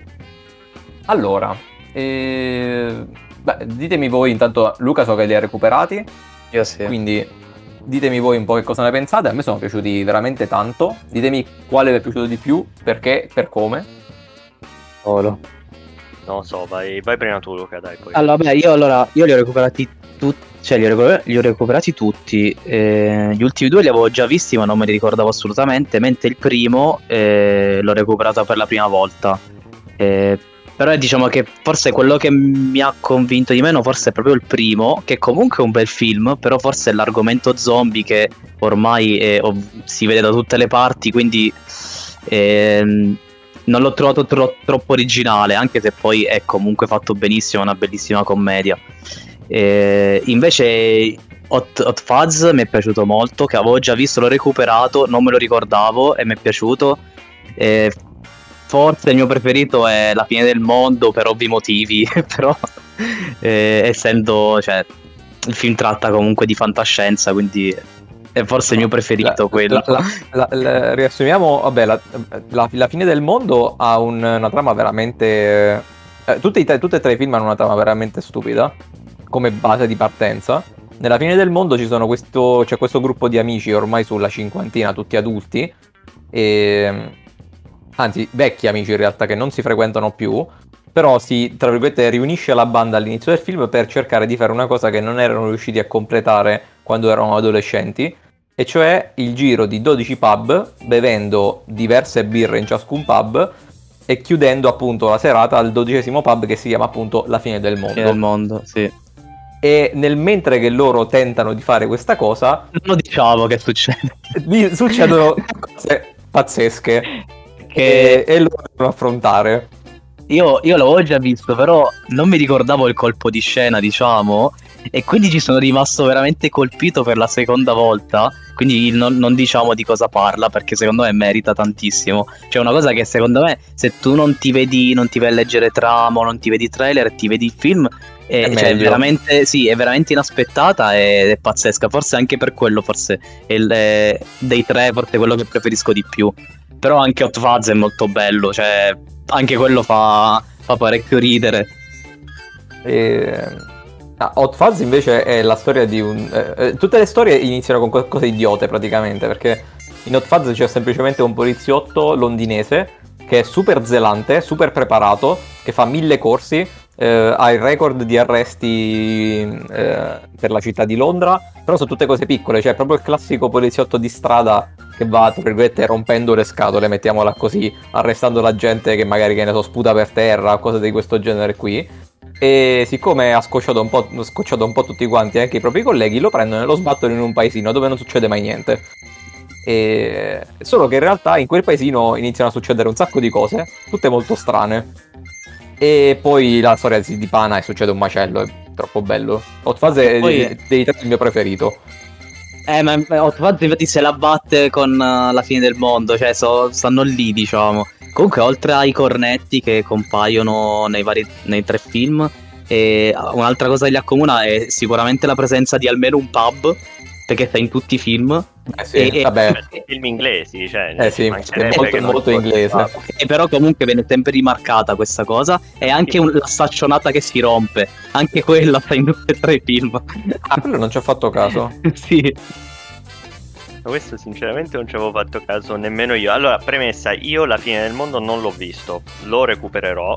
Allora, ditemi voi, intanto Luca so che li ha recuperati. Io sì. Quindi ditemi voi un po' che cosa ne pensate. A me sono piaciuti veramente tanto. Ditemi quale vi è piaciuto di più, perché, per come. Solo. Non lo so, vai prima tu, Luca, dai. Poi. Allora, vabbè, io li ho recuperati tutti. Cioè, li ho recuperati tutti. Gli ultimi due li avevo già visti, ma non me li ricordavo assolutamente. Mentre il primo l'ho recuperato per la prima volta. Però diciamo che forse quello che mi ha convinto di meno forse è proprio il primo, che comunque è un bel film, però forse è l'argomento zombie che ormai si vede da tutte le parti, quindi non l'ho trovato troppo originale, anche se poi è comunque fatto benissimo, è una bellissima commedia. Invece Hot Fuzz mi è piaciuto molto, che avevo già visto, l'ho recuperato, non me lo ricordavo e mi è piaciuto. Forse il mio preferito è La fine del mondo per ovvi motivi, però essendo, cioè, il film tratta comunque di fantascienza, quindi è forse il mio preferito quello. Riassumiamo, vabbè, la fine del mondo ha una trama veramente... tutti e tre i film hanno una trama veramente stupida, come base di partenza. Nella fine del mondo c'è questo gruppo di amici ormai sulla cinquantina, tutti adulti, anzi vecchi amici in realtà, che non si frequentano più, però si, tra virgolette, riunisce la banda all'inizio del film per cercare di fare una cosa che non erano riusciti a completare quando erano adolescenti, e cioè il giro di 12 pub, bevendo diverse birre in ciascun pub e chiudendo appunto la serata al 12° pub, che si chiama appunto La fine del mondo. Fine del mondo, sì. E mentre che loro tentano di fare questa cosa, non diciamo che succede. Succedono cose pazzesche e loro devono affrontare. Io l'avevo già visto, però non mi ricordavo il colpo di scena, diciamo, e quindi ci sono rimasto veramente colpito per la seconda volta. Quindi non diciamo di cosa parla, perché secondo me merita tantissimo. Cioè, una cosa che secondo me, se tu non ti vai a leggere trama, non ti vedi trailer, ti vedi il film, cioè, veramente, sì, è veramente inaspettata ed è pazzesca. Forse anche per quello, forse dei tre, forse quello che preferisco di più. Però anche Hot Fuzz è molto bello, cioè anche quello fa parecchio ridere. Hot Fuzz invece è la storia di tutte le storie iniziano con qualcosa di idiote praticamente, perché in Hot Fuzz c'è semplicemente un poliziotto londinese che è super zelante, super preparato, che fa 1000 corsi, ha il record di arresti per la città di Londra, però sono tutte cose piccole, cioè proprio il classico poliziotto di strada che va, tra virgolette, rompendo le scatole, mettiamola così, arrestando la gente che magari, che ne so, sputa per terra, cose di questo genere qui. E siccome ha scocciato un po' tutti quanti, anche i propri colleghi, lo prendono e lo sbattono in un paesino dove non succede mai niente. Solo che in realtà in quel paesino iniziano a succedere un sacco di cose, tutte molto strane. E poi la storia si dipana e succede un macello, è troppo bello. Hot Fuzz è dei tre il mio preferito. Ma Hot Fuzz infatti se la batte con La fine del mondo, cioè stanno lì, diciamo. Comunque, oltre ai cornetti che compaiono nei tre film, un'altra cosa che li accomuna è sicuramente la presenza di almeno un pub, perché sta in tutti i film. Sì, vabbè. Film inglesi, cioè sì, è molto inglese. E però comunque viene sempre rimarcata questa cosa. E anche la staccionata che si rompe, anche quella sta in tutti e tre i film. Quello non ci ho fatto caso. Sì. Questo sinceramente non ci avevo fatto caso nemmeno io. Allora, premessa, io La fine del mondo non l'ho visto, lo recupererò.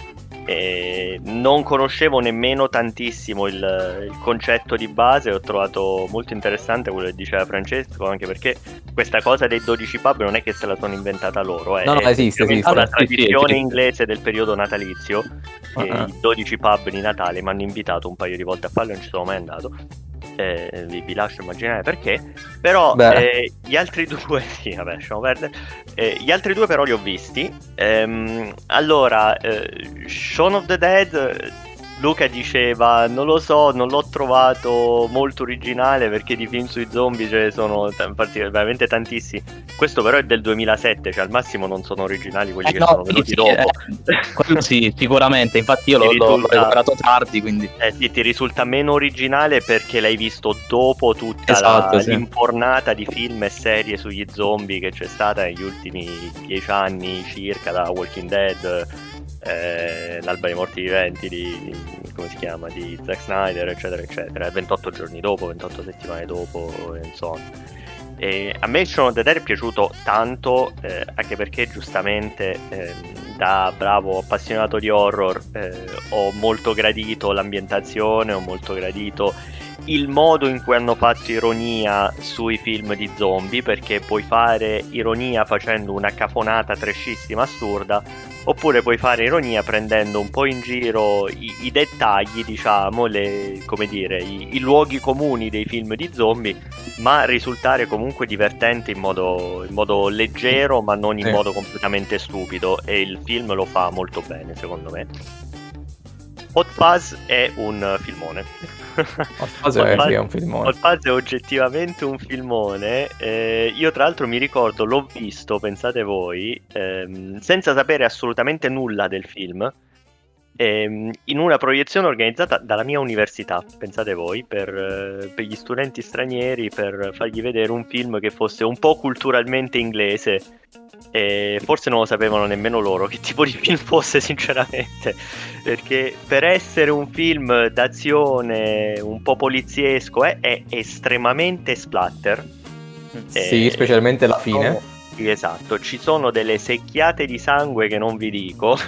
Non conoscevo nemmeno tantissimo il concetto di base, ho trovato molto interessante quello che diceva Francesco, anche perché questa cosa dei 12 pub non è che se la sono inventata loro, no, esiste. Una tradizione inglese del periodo natalizio. I 12 pub di Natale mi hanno invitato un paio di volte a farlo, non ci sono mai andato. Vi lascio immaginare perché. Però gli altri due sì, vabbè, lasciamo perdere. Gli altri due però li ho visti. Allora, Shaun of the Dead, Luca diceva non lo so, non l'ho trovato molto originale, perché di film sui zombie ce ne sono veramente tantissimi. Questo però è del 2007, cioè al massimo non sono originali quelli che sono venuti dopo. Quello sì, sicuramente. Infatti io l'ho recuperato tardi, quindi sì, ti risulta meno originale perché l'hai visto dopo tutta l'infornata di film e serie sugli zombie che c'è stata negli ultimi 10 anni circa, da Walking Dead, L'alba dei morti viventi di come si chiama, di Zack Snyder, eccetera eccetera, 28 giorni dopo, 28 settimane dopo, insomma. E a me Shaun of the Dead è piaciuto tanto, anche perché giustamente da bravo appassionato di horror ho molto gradito l'ambientazione, ho molto gradito il modo in cui hanno fatto ironia sui film di zombie, perché puoi fare ironia facendo una cafonata trashissima assurda, oppure puoi fare ironia prendendo un po' in giro i dettagli, diciamo, come dire, i luoghi comuni dei film di zombie, ma risultare comunque divertente in modo leggero, ma non in modo completamente stupido, e il film lo fa molto bene, secondo me. Hot Fuzz è un filmone. Hot Fuzz è un filmone. Hot Fuzz è oggettivamente un filmone. Io tra l'altro mi ricordo, l'ho visto, pensate voi, senza sapere assolutamente nulla del film, in una proiezione organizzata dalla mia università, pensate voi, per gli studenti stranieri, per fargli vedere un film che fosse un po' culturalmente inglese. E forse non lo sapevano nemmeno loro che tipo di film fosse, sinceramente, perché per essere un film d'azione un po' poliziesco è estremamente splatter. Sì, specialmente la fine. Sì, esatto, ci sono delle secchiate di sangue che non vi dico.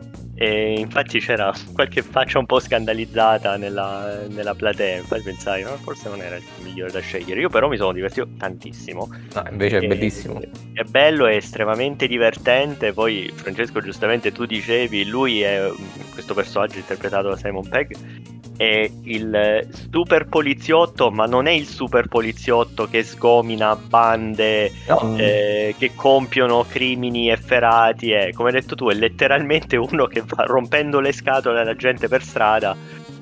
E infatti c'era qualche faccia un po' scandalizzata nella platea. Poi pensai, no, forse non era il migliore da scegliere. Io però mi sono divertito tantissimo. No, invece è bellissimo. È bello, è estremamente divertente. Poi Francesco, giustamente tu dicevi, lui è questo personaggio interpretato da Simon Pegg, è il super poliziotto, ma non è il super poliziotto che sgomina bande, no, che compiono crimini efferati. Come hai detto tu, è letteralmente uno che va rompendo le scatole alla gente per strada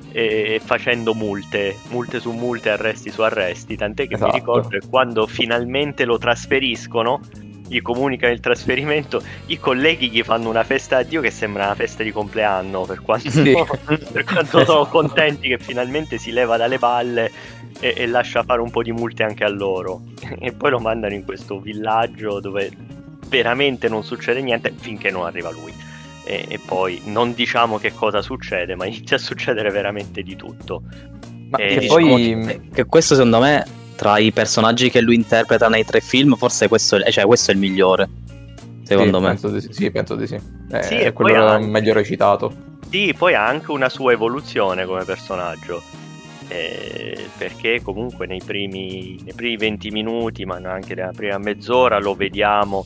e facendo multe su multe, arresti su arresti. Tant'è che mi ricordo che quando finalmente lo trasferiscono, gli comunicano il trasferimento, i colleghi gli fanno una festa a Dio che sembra una festa di compleanno, per quanto sono contenti che finalmente si leva dalle balle e lascia fare un po' di multe anche a loro. E poi lo mandano in questo villaggio dove veramente non succede niente finché non arriva lui. E poi non diciamo che cosa succede, ma inizia a succedere veramente di tutto. Ma che poi che questo, secondo me, tra i personaggi che lui interpreta nei 3 film, forse questo è il migliore, secondo me. Penso di sì. Sì, è quello meglio recitato. Sì, poi ha anche una sua evoluzione come personaggio, perché comunque nei primi 20 minuti, ma anche nella prima mezz'ora, lo vediamo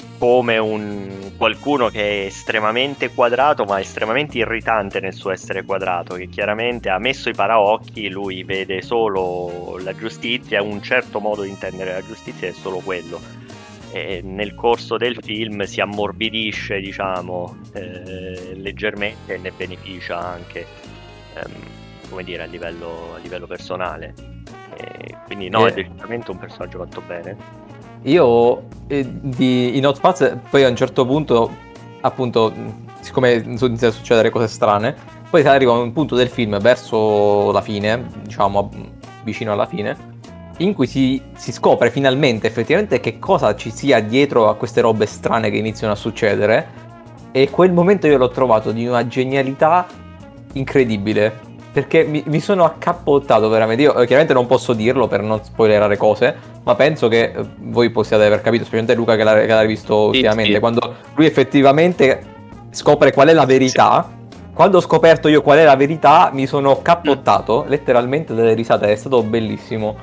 come qualcuno che è estremamente quadrato, ma estremamente irritante nel suo essere quadrato, che chiaramente ha messo i paraocchi, lui vede solo la giustizia, un certo modo di intendere la giustizia è solo quello. E nel corso del film si ammorbidisce, diciamo, leggermente, e ne beneficia anche, come dire, a livello personale. Quindi no, è decisamente un personaggio fatto bene. Io in Hot Fuzz poi a un certo punto, appunto, siccome iniziano a succedere cose strane, poi si arriva a un punto del film verso la fine, diciamo vicino alla fine, in cui si scopre finalmente effettivamente che cosa ci sia dietro a queste robe strane che iniziano a succedere, e quel momento io l'ho trovato di una genialità incredibile, perché mi sono accappottato veramente. Io chiaramente non posso dirlo per non spoilerare cose, ma penso che voi possiate aver capito, specialmente Luca che l'ha visto ultimamente, quando lui effettivamente scopre qual è la verità. Quando ho scoperto io qual è la verità, mi sono cappottato letteralmente dalle risate, è stato bellissimo.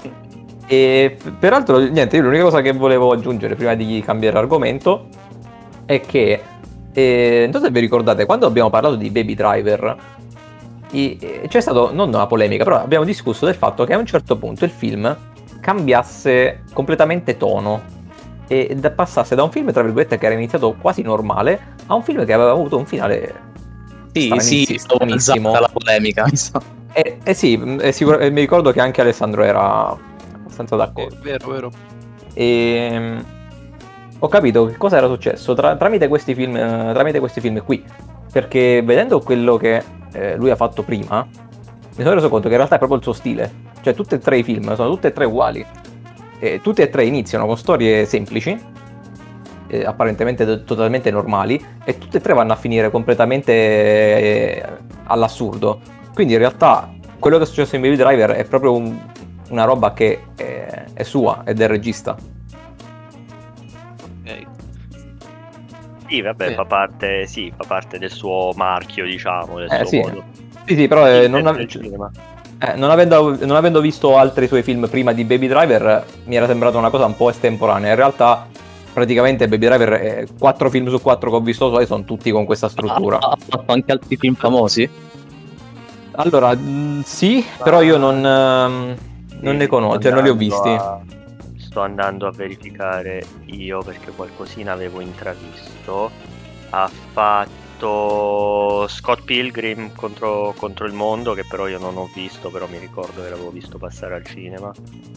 E peraltro, niente, io l'unica cosa che volevo aggiungere prima di cambiare argomento è che, non so se vi ricordate, quando abbiamo parlato di Baby Driver, c'è stato non una polemica, però abbiamo discusso del fatto che a un certo punto il film cambiasse completamente tono e passasse da un film, tra virgolette, che era iniziato quasi normale, a un film che aveva avuto un finale stranissimo. La polemica, mi ricordo che anche Alessandro era abbastanza d'accordo. Vero. E ho capito che cosa era successo tramite questi film qui, perché vedendo quello che lui ha fatto prima, mi sono reso conto che in realtà è proprio il suo stile. Cioè tutti e 3 i film sono tutti e 3 uguali, tutti e 3 iniziano con storie semplici, apparentemente totalmente normali, e tutti e 3 vanno a finire completamente all'assurdo. Quindi in realtà quello che è successo in Baby Driver è proprio una roba che è sua, è del regista. Sì, Sì, vabbè, Sì. fa parte del suo marchio, diciamo, del suo Sì. modo. Sì, però Nel cinema. non avendo visto altri suoi film prima di Baby Driver, mi era sembrata una cosa un po' estemporanea. In realtà, praticamente Baby Driver, 4 film su 4 che ho visto suoi sono tutti con questa struttura. Ha fatto anche altri film famosi? Allora, sì, però io non ne conosco, cioè non li ho visti. Sto andando a verificare io perché qualcosina avevo intravisto. Ha fatto Scott Pilgrim contro il mondo, che però io non ho visto, però mi ricordo che l'avevo visto passare al cinema.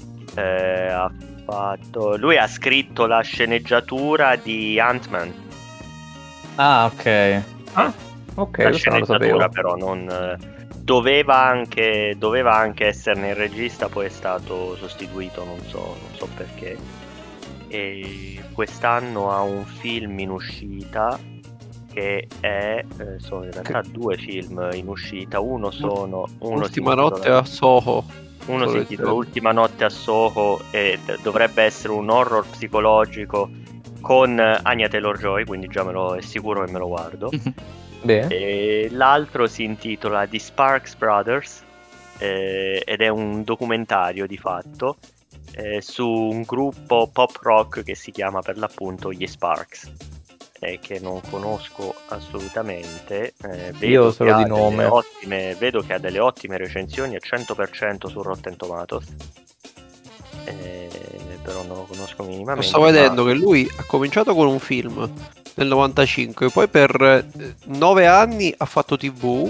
Lui ha scritto la sceneggiatura di Ant-Man. Ah, ok. Ok, La questo non lo sapevo. sceneggiatura però non... Doveva anche esserne il regista, poi è stato sostituito, non so perché. E quest'anno ha un film in uscita che sono in realtà 2 film in uscita. Ultima notte a Soho. Uno si intitola Ultima notte a Soho e dovrebbe essere un horror psicologico con Anya Taylor-Joy, quindi già è sicuro che me lo guardo. Bene. E l'altro si intitola The Sparks Brothers ed è un documentario di fatto su un gruppo pop rock che si chiama per l'appunto gli Sparks, che non conosco assolutamente. Io solo di nome. Vedo che ha delle ottime recensioni al 100% su Rotten Tomatoes, però non lo conosco minimamente. Sto vedendo che lui ha cominciato con un film nel 95, poi per 9 anni ha fatto TV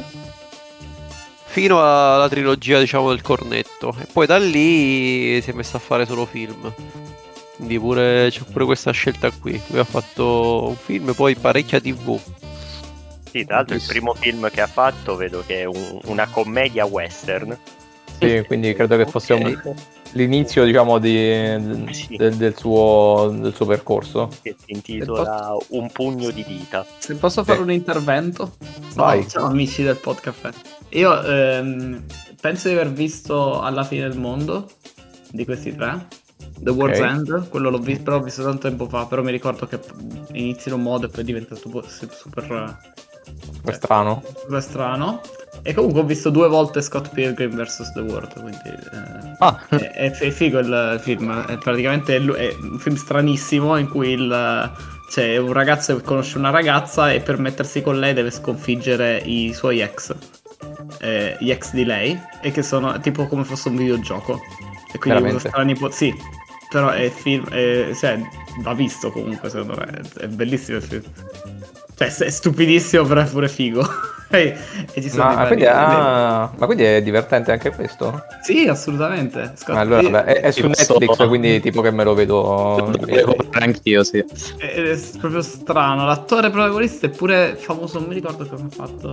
fino alla trilogia, diciamo, del Cornetto, e poi da lì si è messo a fare solo film. Quindi c'è pure questa scelta qui. Lui ha fatto un film e poi parecchia TV. Sì, tra l'altro il primo film che ha fatto vedo che è una commedia western. Sì, quindi credo che fosse l'inizio, diciamo, del suo percorso. Che si intitola Un pugno di dita. Se posso fare un intervento? Vai. Ciao amici del podcast. Io penso di aver visto Alla fine del mondo di questi 3. The World's End, quello l'ho visto, però l'ho visto tanto tempo fa, però mi ricordo che inizia in un modo e poi diventa super strano. Super strano. E comunque ho visto 2 volte Scott Pilgrim vs. The World, quindi è figo il film. È praticamente è un film stranissimo in cui c'è un ragazzo che conosce una ragazza e per mettersi con lei deve sconfiggere i suoi ex, gli ex di lei, e che sono tipo come fosse un videogioco. E quindi usa strani sì, però è film, cioè, va visto comunque, secondo me è bellissimo il film. Cioè è stupidissimo, però è pure figo. E ci sono ma quindi è divertente anche questo? Sì, assolutamente. Allora, vabbè, è su Netflix, quindi tipo che me lo vedo anch'io, sì. È proprio strano. L'attore protagonista è pure famoso, non mi ricordo come ha fatto.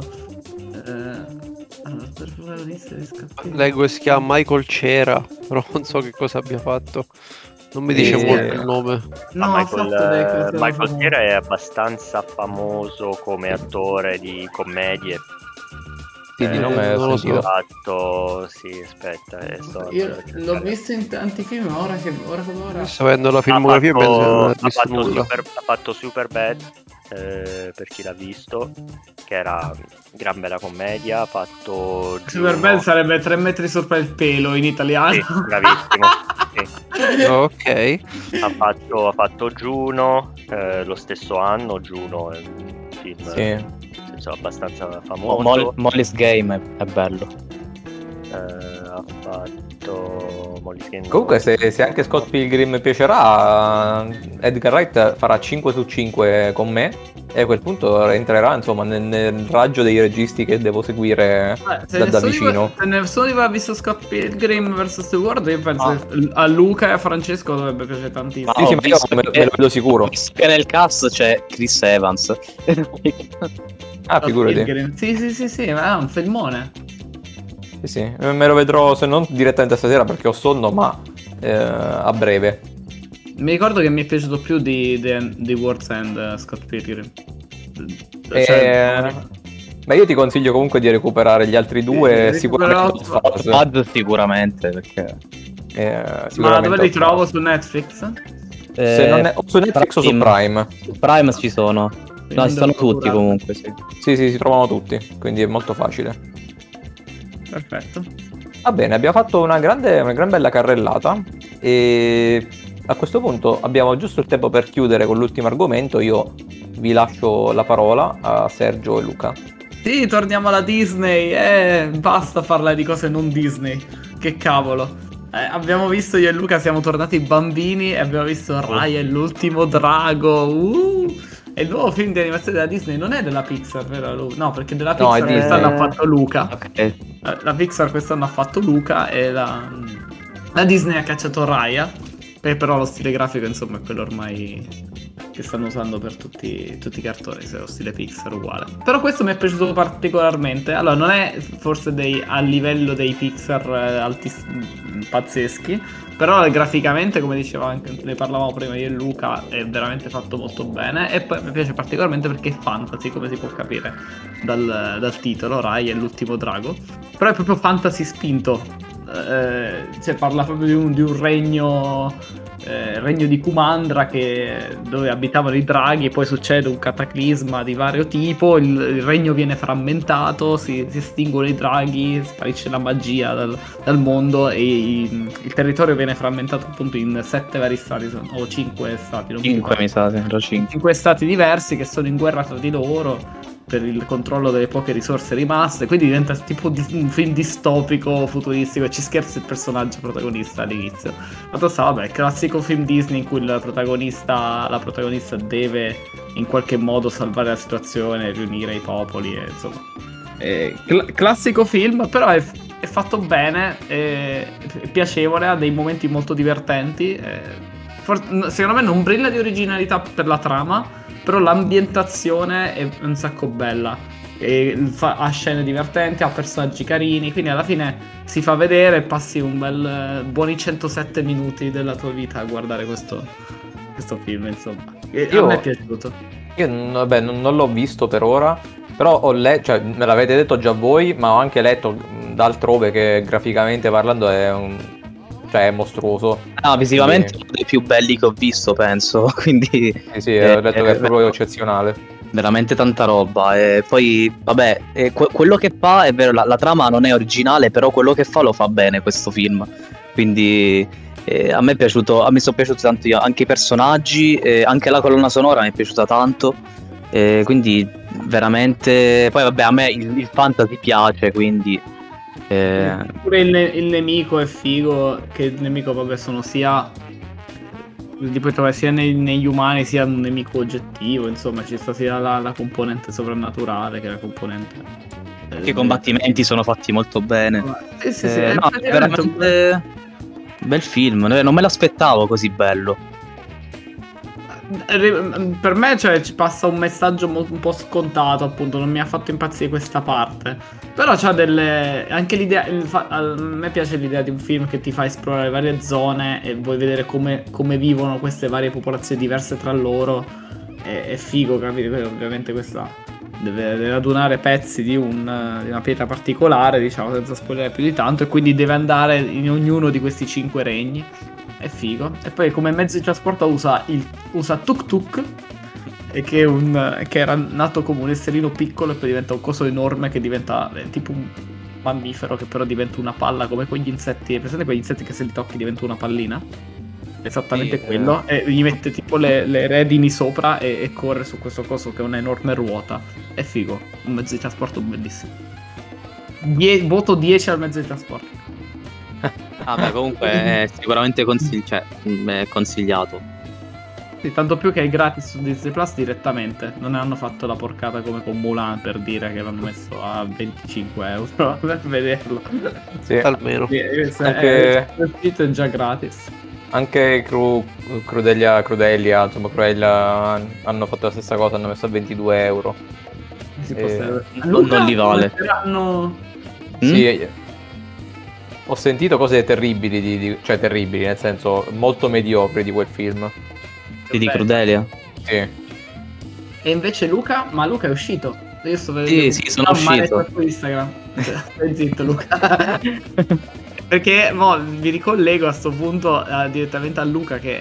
L'attore protagonista di leggo che si chiama Michael Cera, però non so che cosa abbia fatto. Non mi dice molto il nome. No, Michael Cera è abbastanza famoso come attore di commedie. Sì, di nome non lo so. Fatto, sì, aspetta. Io l'ho visto in tanti film, ma ora come ora. Sto vedendo la filmografia, ha fatto Superbad, per chi l'ha visto, che era gran bella commedia. Ha fatto Superbad sarebbe 3 metri sopra il pelo in italiano. Sì, bravissimo. Sì. Ok. Ha fatto Juno lo stesso anno. Juno è un film abbastanza famoso. Molly's Game è bello. Ha fatto Molly's Game. Comunque se anche Scott Pilgrim piacerà, Edgar Wright farà 5 su 5 con me e a quel punto entrerà, insomma, nel raggio dei registi che devo seguire da vicino. Se nessuno di voi ha visto Scott Pilgrim vs. The World, io penso a Luca e a Francesco dovrebbe piacere tantissimo. Sì, ma io me lo vedo sicuro. Che nel cast c'è Chris Evans. Figurati. Sì, ma è un filmone. Sì, me lo vedrò, se non direttamente stasera perché ho sonno, ma a breve. Mi ricordo che mi è piaciuto più di World's End Scott Pilgrim. Ma io ti consiglio comunque di recuperare gli altri 2, sicuramente perché ma dove li trovo? Su Netflix? Se non è, su Netflix o su Prime? Su Prime ci sono. No, stanno tutti comunque, sì. Sì, si trovano tutti, quindi è molto facile. Perfetto. Va bene, abbiamo fatto una gran bella carrellata e a questo punto abbiamo giusto il tempo per chiudere con l'ultimo argomento. Io vi lascio la parola a Sergio e Luca. Sì, torniamo alla Disney. Basta parlare di cose non Disney. Che cavolo. Abbiamo visto, io e Luca siamo tornati bambini e abbiamo visto Raya e l'ultimo drago. E il nuovo film di animazione della Disney non è della Pixar, vero? No, perché della Pixar quest'anno ha fatto Luca. Okay. La Pixar quest'anno ha fatto Luca e la Disney ha cacciato Raya. Però lo stile grafico, insomma, è quello ormai che stanno usando per tutti i cartoni, se lo stile Pixar uguale. Però questo mi è piaciuto particolarmente. Allora, non è forse a livello dei Pixar pazzeschi, però graficamente, come diceva anche, ne parlavamo prima io e Luca, è veramente fatto molto bene. E poi mi piace particolarmente perché è fantasy, come si può capire dal titolo, Raya è l'ultimo drago. Però è proprio fantasy spinto. Cioè parla proprio di un regno di Kumandra dove abitavano i draghi e poi succede un cataclisma di vario tipo, il regno viene frammentato, si estinguono i draghi, sparisce la magia dal mondo e il territorio viene frammentato appunto in 7 vari stati o 5 stati, 5 mi sa, 5 stati diversi che sono in guerra tra di loro per il controllo delle poche risorse rimaste, quindi diventa tipo un film distopico futuristico e ci scherza il personaggio protagonista all'inizio. Ma vabbè, classico film Disney in cui la protagonista deve in qualche modo salvare la situazione, riunire i popoli e insomma classico film, però è fatto bene, è piacevole, ha dei momenti molto divertenti, secondo me non brilla di originalità per la trama, però l'ambientazione è un sacco bella, ha scene divertenti, ha personaggi carini, quindi alla fine si fa vedere e passi buoni 107 minuti della tua vita a guardare questo film, insomma. A me è piaciuto. Io vabbè, non l'ho visto per ora, però ho letto, cioè me l'avete detto già voi, ma ho anche letto da altrove che graficamente parlando è mostruoso. No, visivamente è uno dei più belli che ho visto, penso. Quindi sì, ho detto che è proprio eccezionale. Veramente tanta roba. E poi, vabbè, quello che fa, è vero, la trama non è originale, però quello che fa lo fa bene questo film. Quindi a me sono piaciuti tanto anche i personaggi, anche la colonna sonora mi è piaciuta tanto. Quindi veramente. Poi vabbè, a me il fantasy piace, quindi. Pure il nemico è figo, che il nemico vabbè sono sia li puoi trovare sia negli umani sia un nemico oggettivo, insomma ci sta sia la componente soprannaturale che la componente i combattimenti sono fatti molto bene. Sì, no, è veramente bel film, non me l'aspettavo così bello. Per me ci passa un messaggio un po' scontato, appunto, non mi ha fatto impazzire questa parte, però c'ha anche l'idea, a me piace l'idea di un film che ti fa esplorare varie zone e vuoi vedere come vivono queste varie popolazioni diverse tra loro. È figo, capite? Ovviamente questa deve radunare pezzi di una pietra particolare, diciamo, senza spoilerare più di tanto, e quindi deve andare in ognuno di questi 5 regni. È figo. E poi come mezzo di trasporto usa Tuk Tuk, che era nato come un esserino piccolo e poi diventa un coso enorme che diventa tipo un mammifero che però diventa una palla, come quegli insetti. Presente quegli insetti che se li tocchi diventa una pallina? Esattamente quello. E gli mette tipo le redini sopra e corre su questo coso che è un'enorme ruota. È figo. Un mezzo di trasporto bellissimo. Voto 10 al mezzo di trasporto. Beh, comunque è sicuramente consigliato. Sì, tanto più che è gratis su Disney Plus direttamente. Non ne hanno fatto la porcata come con Mulan, per dire, che l'hanno messo a 25 euro per vederlo. Sì, almeno. Anche il sito è già gratis. Anche Crudelia, insomma Cruella hanno fatto la stessa cosa, hanno messo a 22 euro. Non li vale. Sì, ho sentito cose terribili, cioè terribili, nel senso molto mediocri di quel film. Di Crudelia? Sì. E invece Luca è uscito. Io sto vedendo. Sì, sono uscito. Su Instagram. Stai zitto, Luca. Perché vi ricollego a sto punto direttamente a Luca che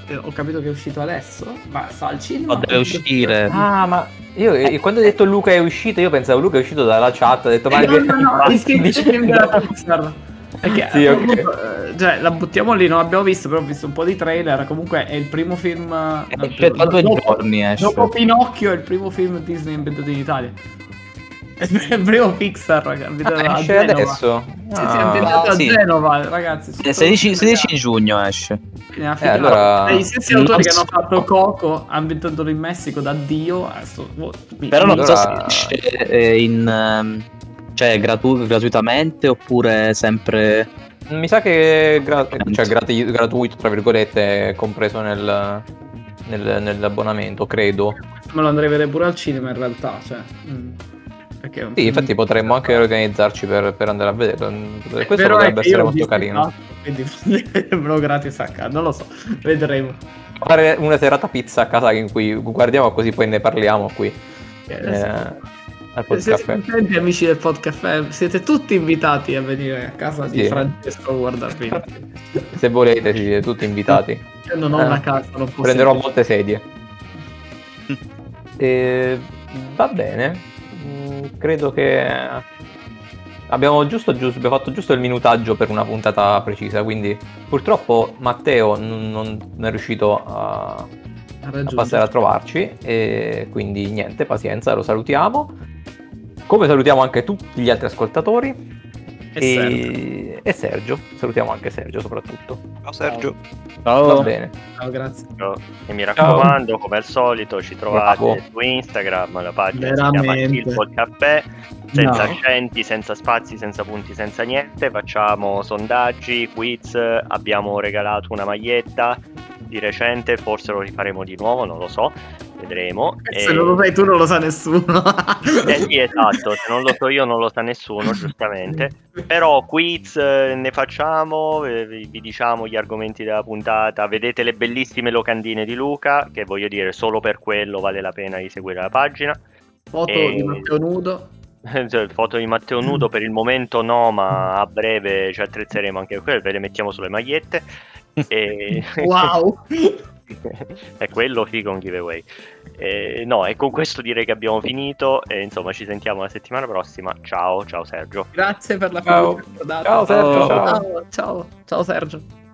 ho capito che è uscito adesso, ma sta al cinema? O deve uscire. Ah, ma io quando hai detto Luca è uscito, io pensavo Luca è uscito dalla chat, ho detto ma no, il film della Pixar. Perché sì, appunto, cioè, la buttiamo lì, non l'abbiamo visto, però ho visto un po' di trailer. Comunque è il primo film. Tra 2 giorni esce. Dopo Pinocchio è il primo film Disney ambientato in Italia. È il primo Pixar, ragazzi. Esce adesso? Sì, ambientato a Genova, ragazzi. 16 giugno esce. Allora... gli stessi autori che hanno fatto Coco, ambientatolo in Messico da Dio. Però non so se esce cioè gratuitamente oppure sempre. Mi sa che è gratuito, tra virgolette, compreso nell'abbonamento, credo. Me lo andrei a vedere pure al cinema in realtà, cioè. Perché sì, infatti potremmo anche organizzarci per andare a vederlo. Questo potrebbe essere molto carino. Quindi me gratis a casa, non lo so, vedremo. Fare una serata pizza a casa in cui guardiamo così poi ne parliamo qui. Siete contenti, amici del podcast? Siete tutti invitati a venire a casa di Francesco a guardare film. Se volete, siete tutti invitati. Io non ho una casa, non posso. Prenderò molte sedie. Va bene. Credo che abbiamo fatto giusto il minutaggio per una puntata precisa, quindi purtroppo Matteo non è riuscito a passare a trovarci e quindi niente, pazienza, lo salutiamo. Come salutiamo anche tutti gli altri ascoltatori e Sergio. Salutiamo anche Sergio soprattutto. Ciao Sergio. Ciao. Va bene. Ciao, grazie. E mi raccomando, come al solito, ci trovate su Instagram, la pagina si chiama Il Caffè, senza accenti, senza spazi, senza punti, senza niente. Facciamo sondaggi, quiz, abbiamo regalato una maglietta di recente, forse lo rifaremo di nuovo, non lo so, vedremo. Se non lo sai tu non lo sa nessuno. Sì, esatto, se non lo so io non lo sa nessuno, giustamente. Però quiz ne facciamo, vi diciamo gli argomenti della puntata, vedete le bellissime locandine di Luca, che voglio dire solo per quello vale la pena di seguire la pagina. Foto di Matteo nudo. Foto di Matteo nudo per il momento no, ma a breve ci attrezzeremo anche quello, ve le mettiamo sulle magliette. Wow. È quello figo un giveaway. No, e con questo direi che abbiamo finito e insomma ci sentiamo la settimana prossima. Ciao Sergio. Grazie per la ciao. Ciao Sergio. Ciao Sergio.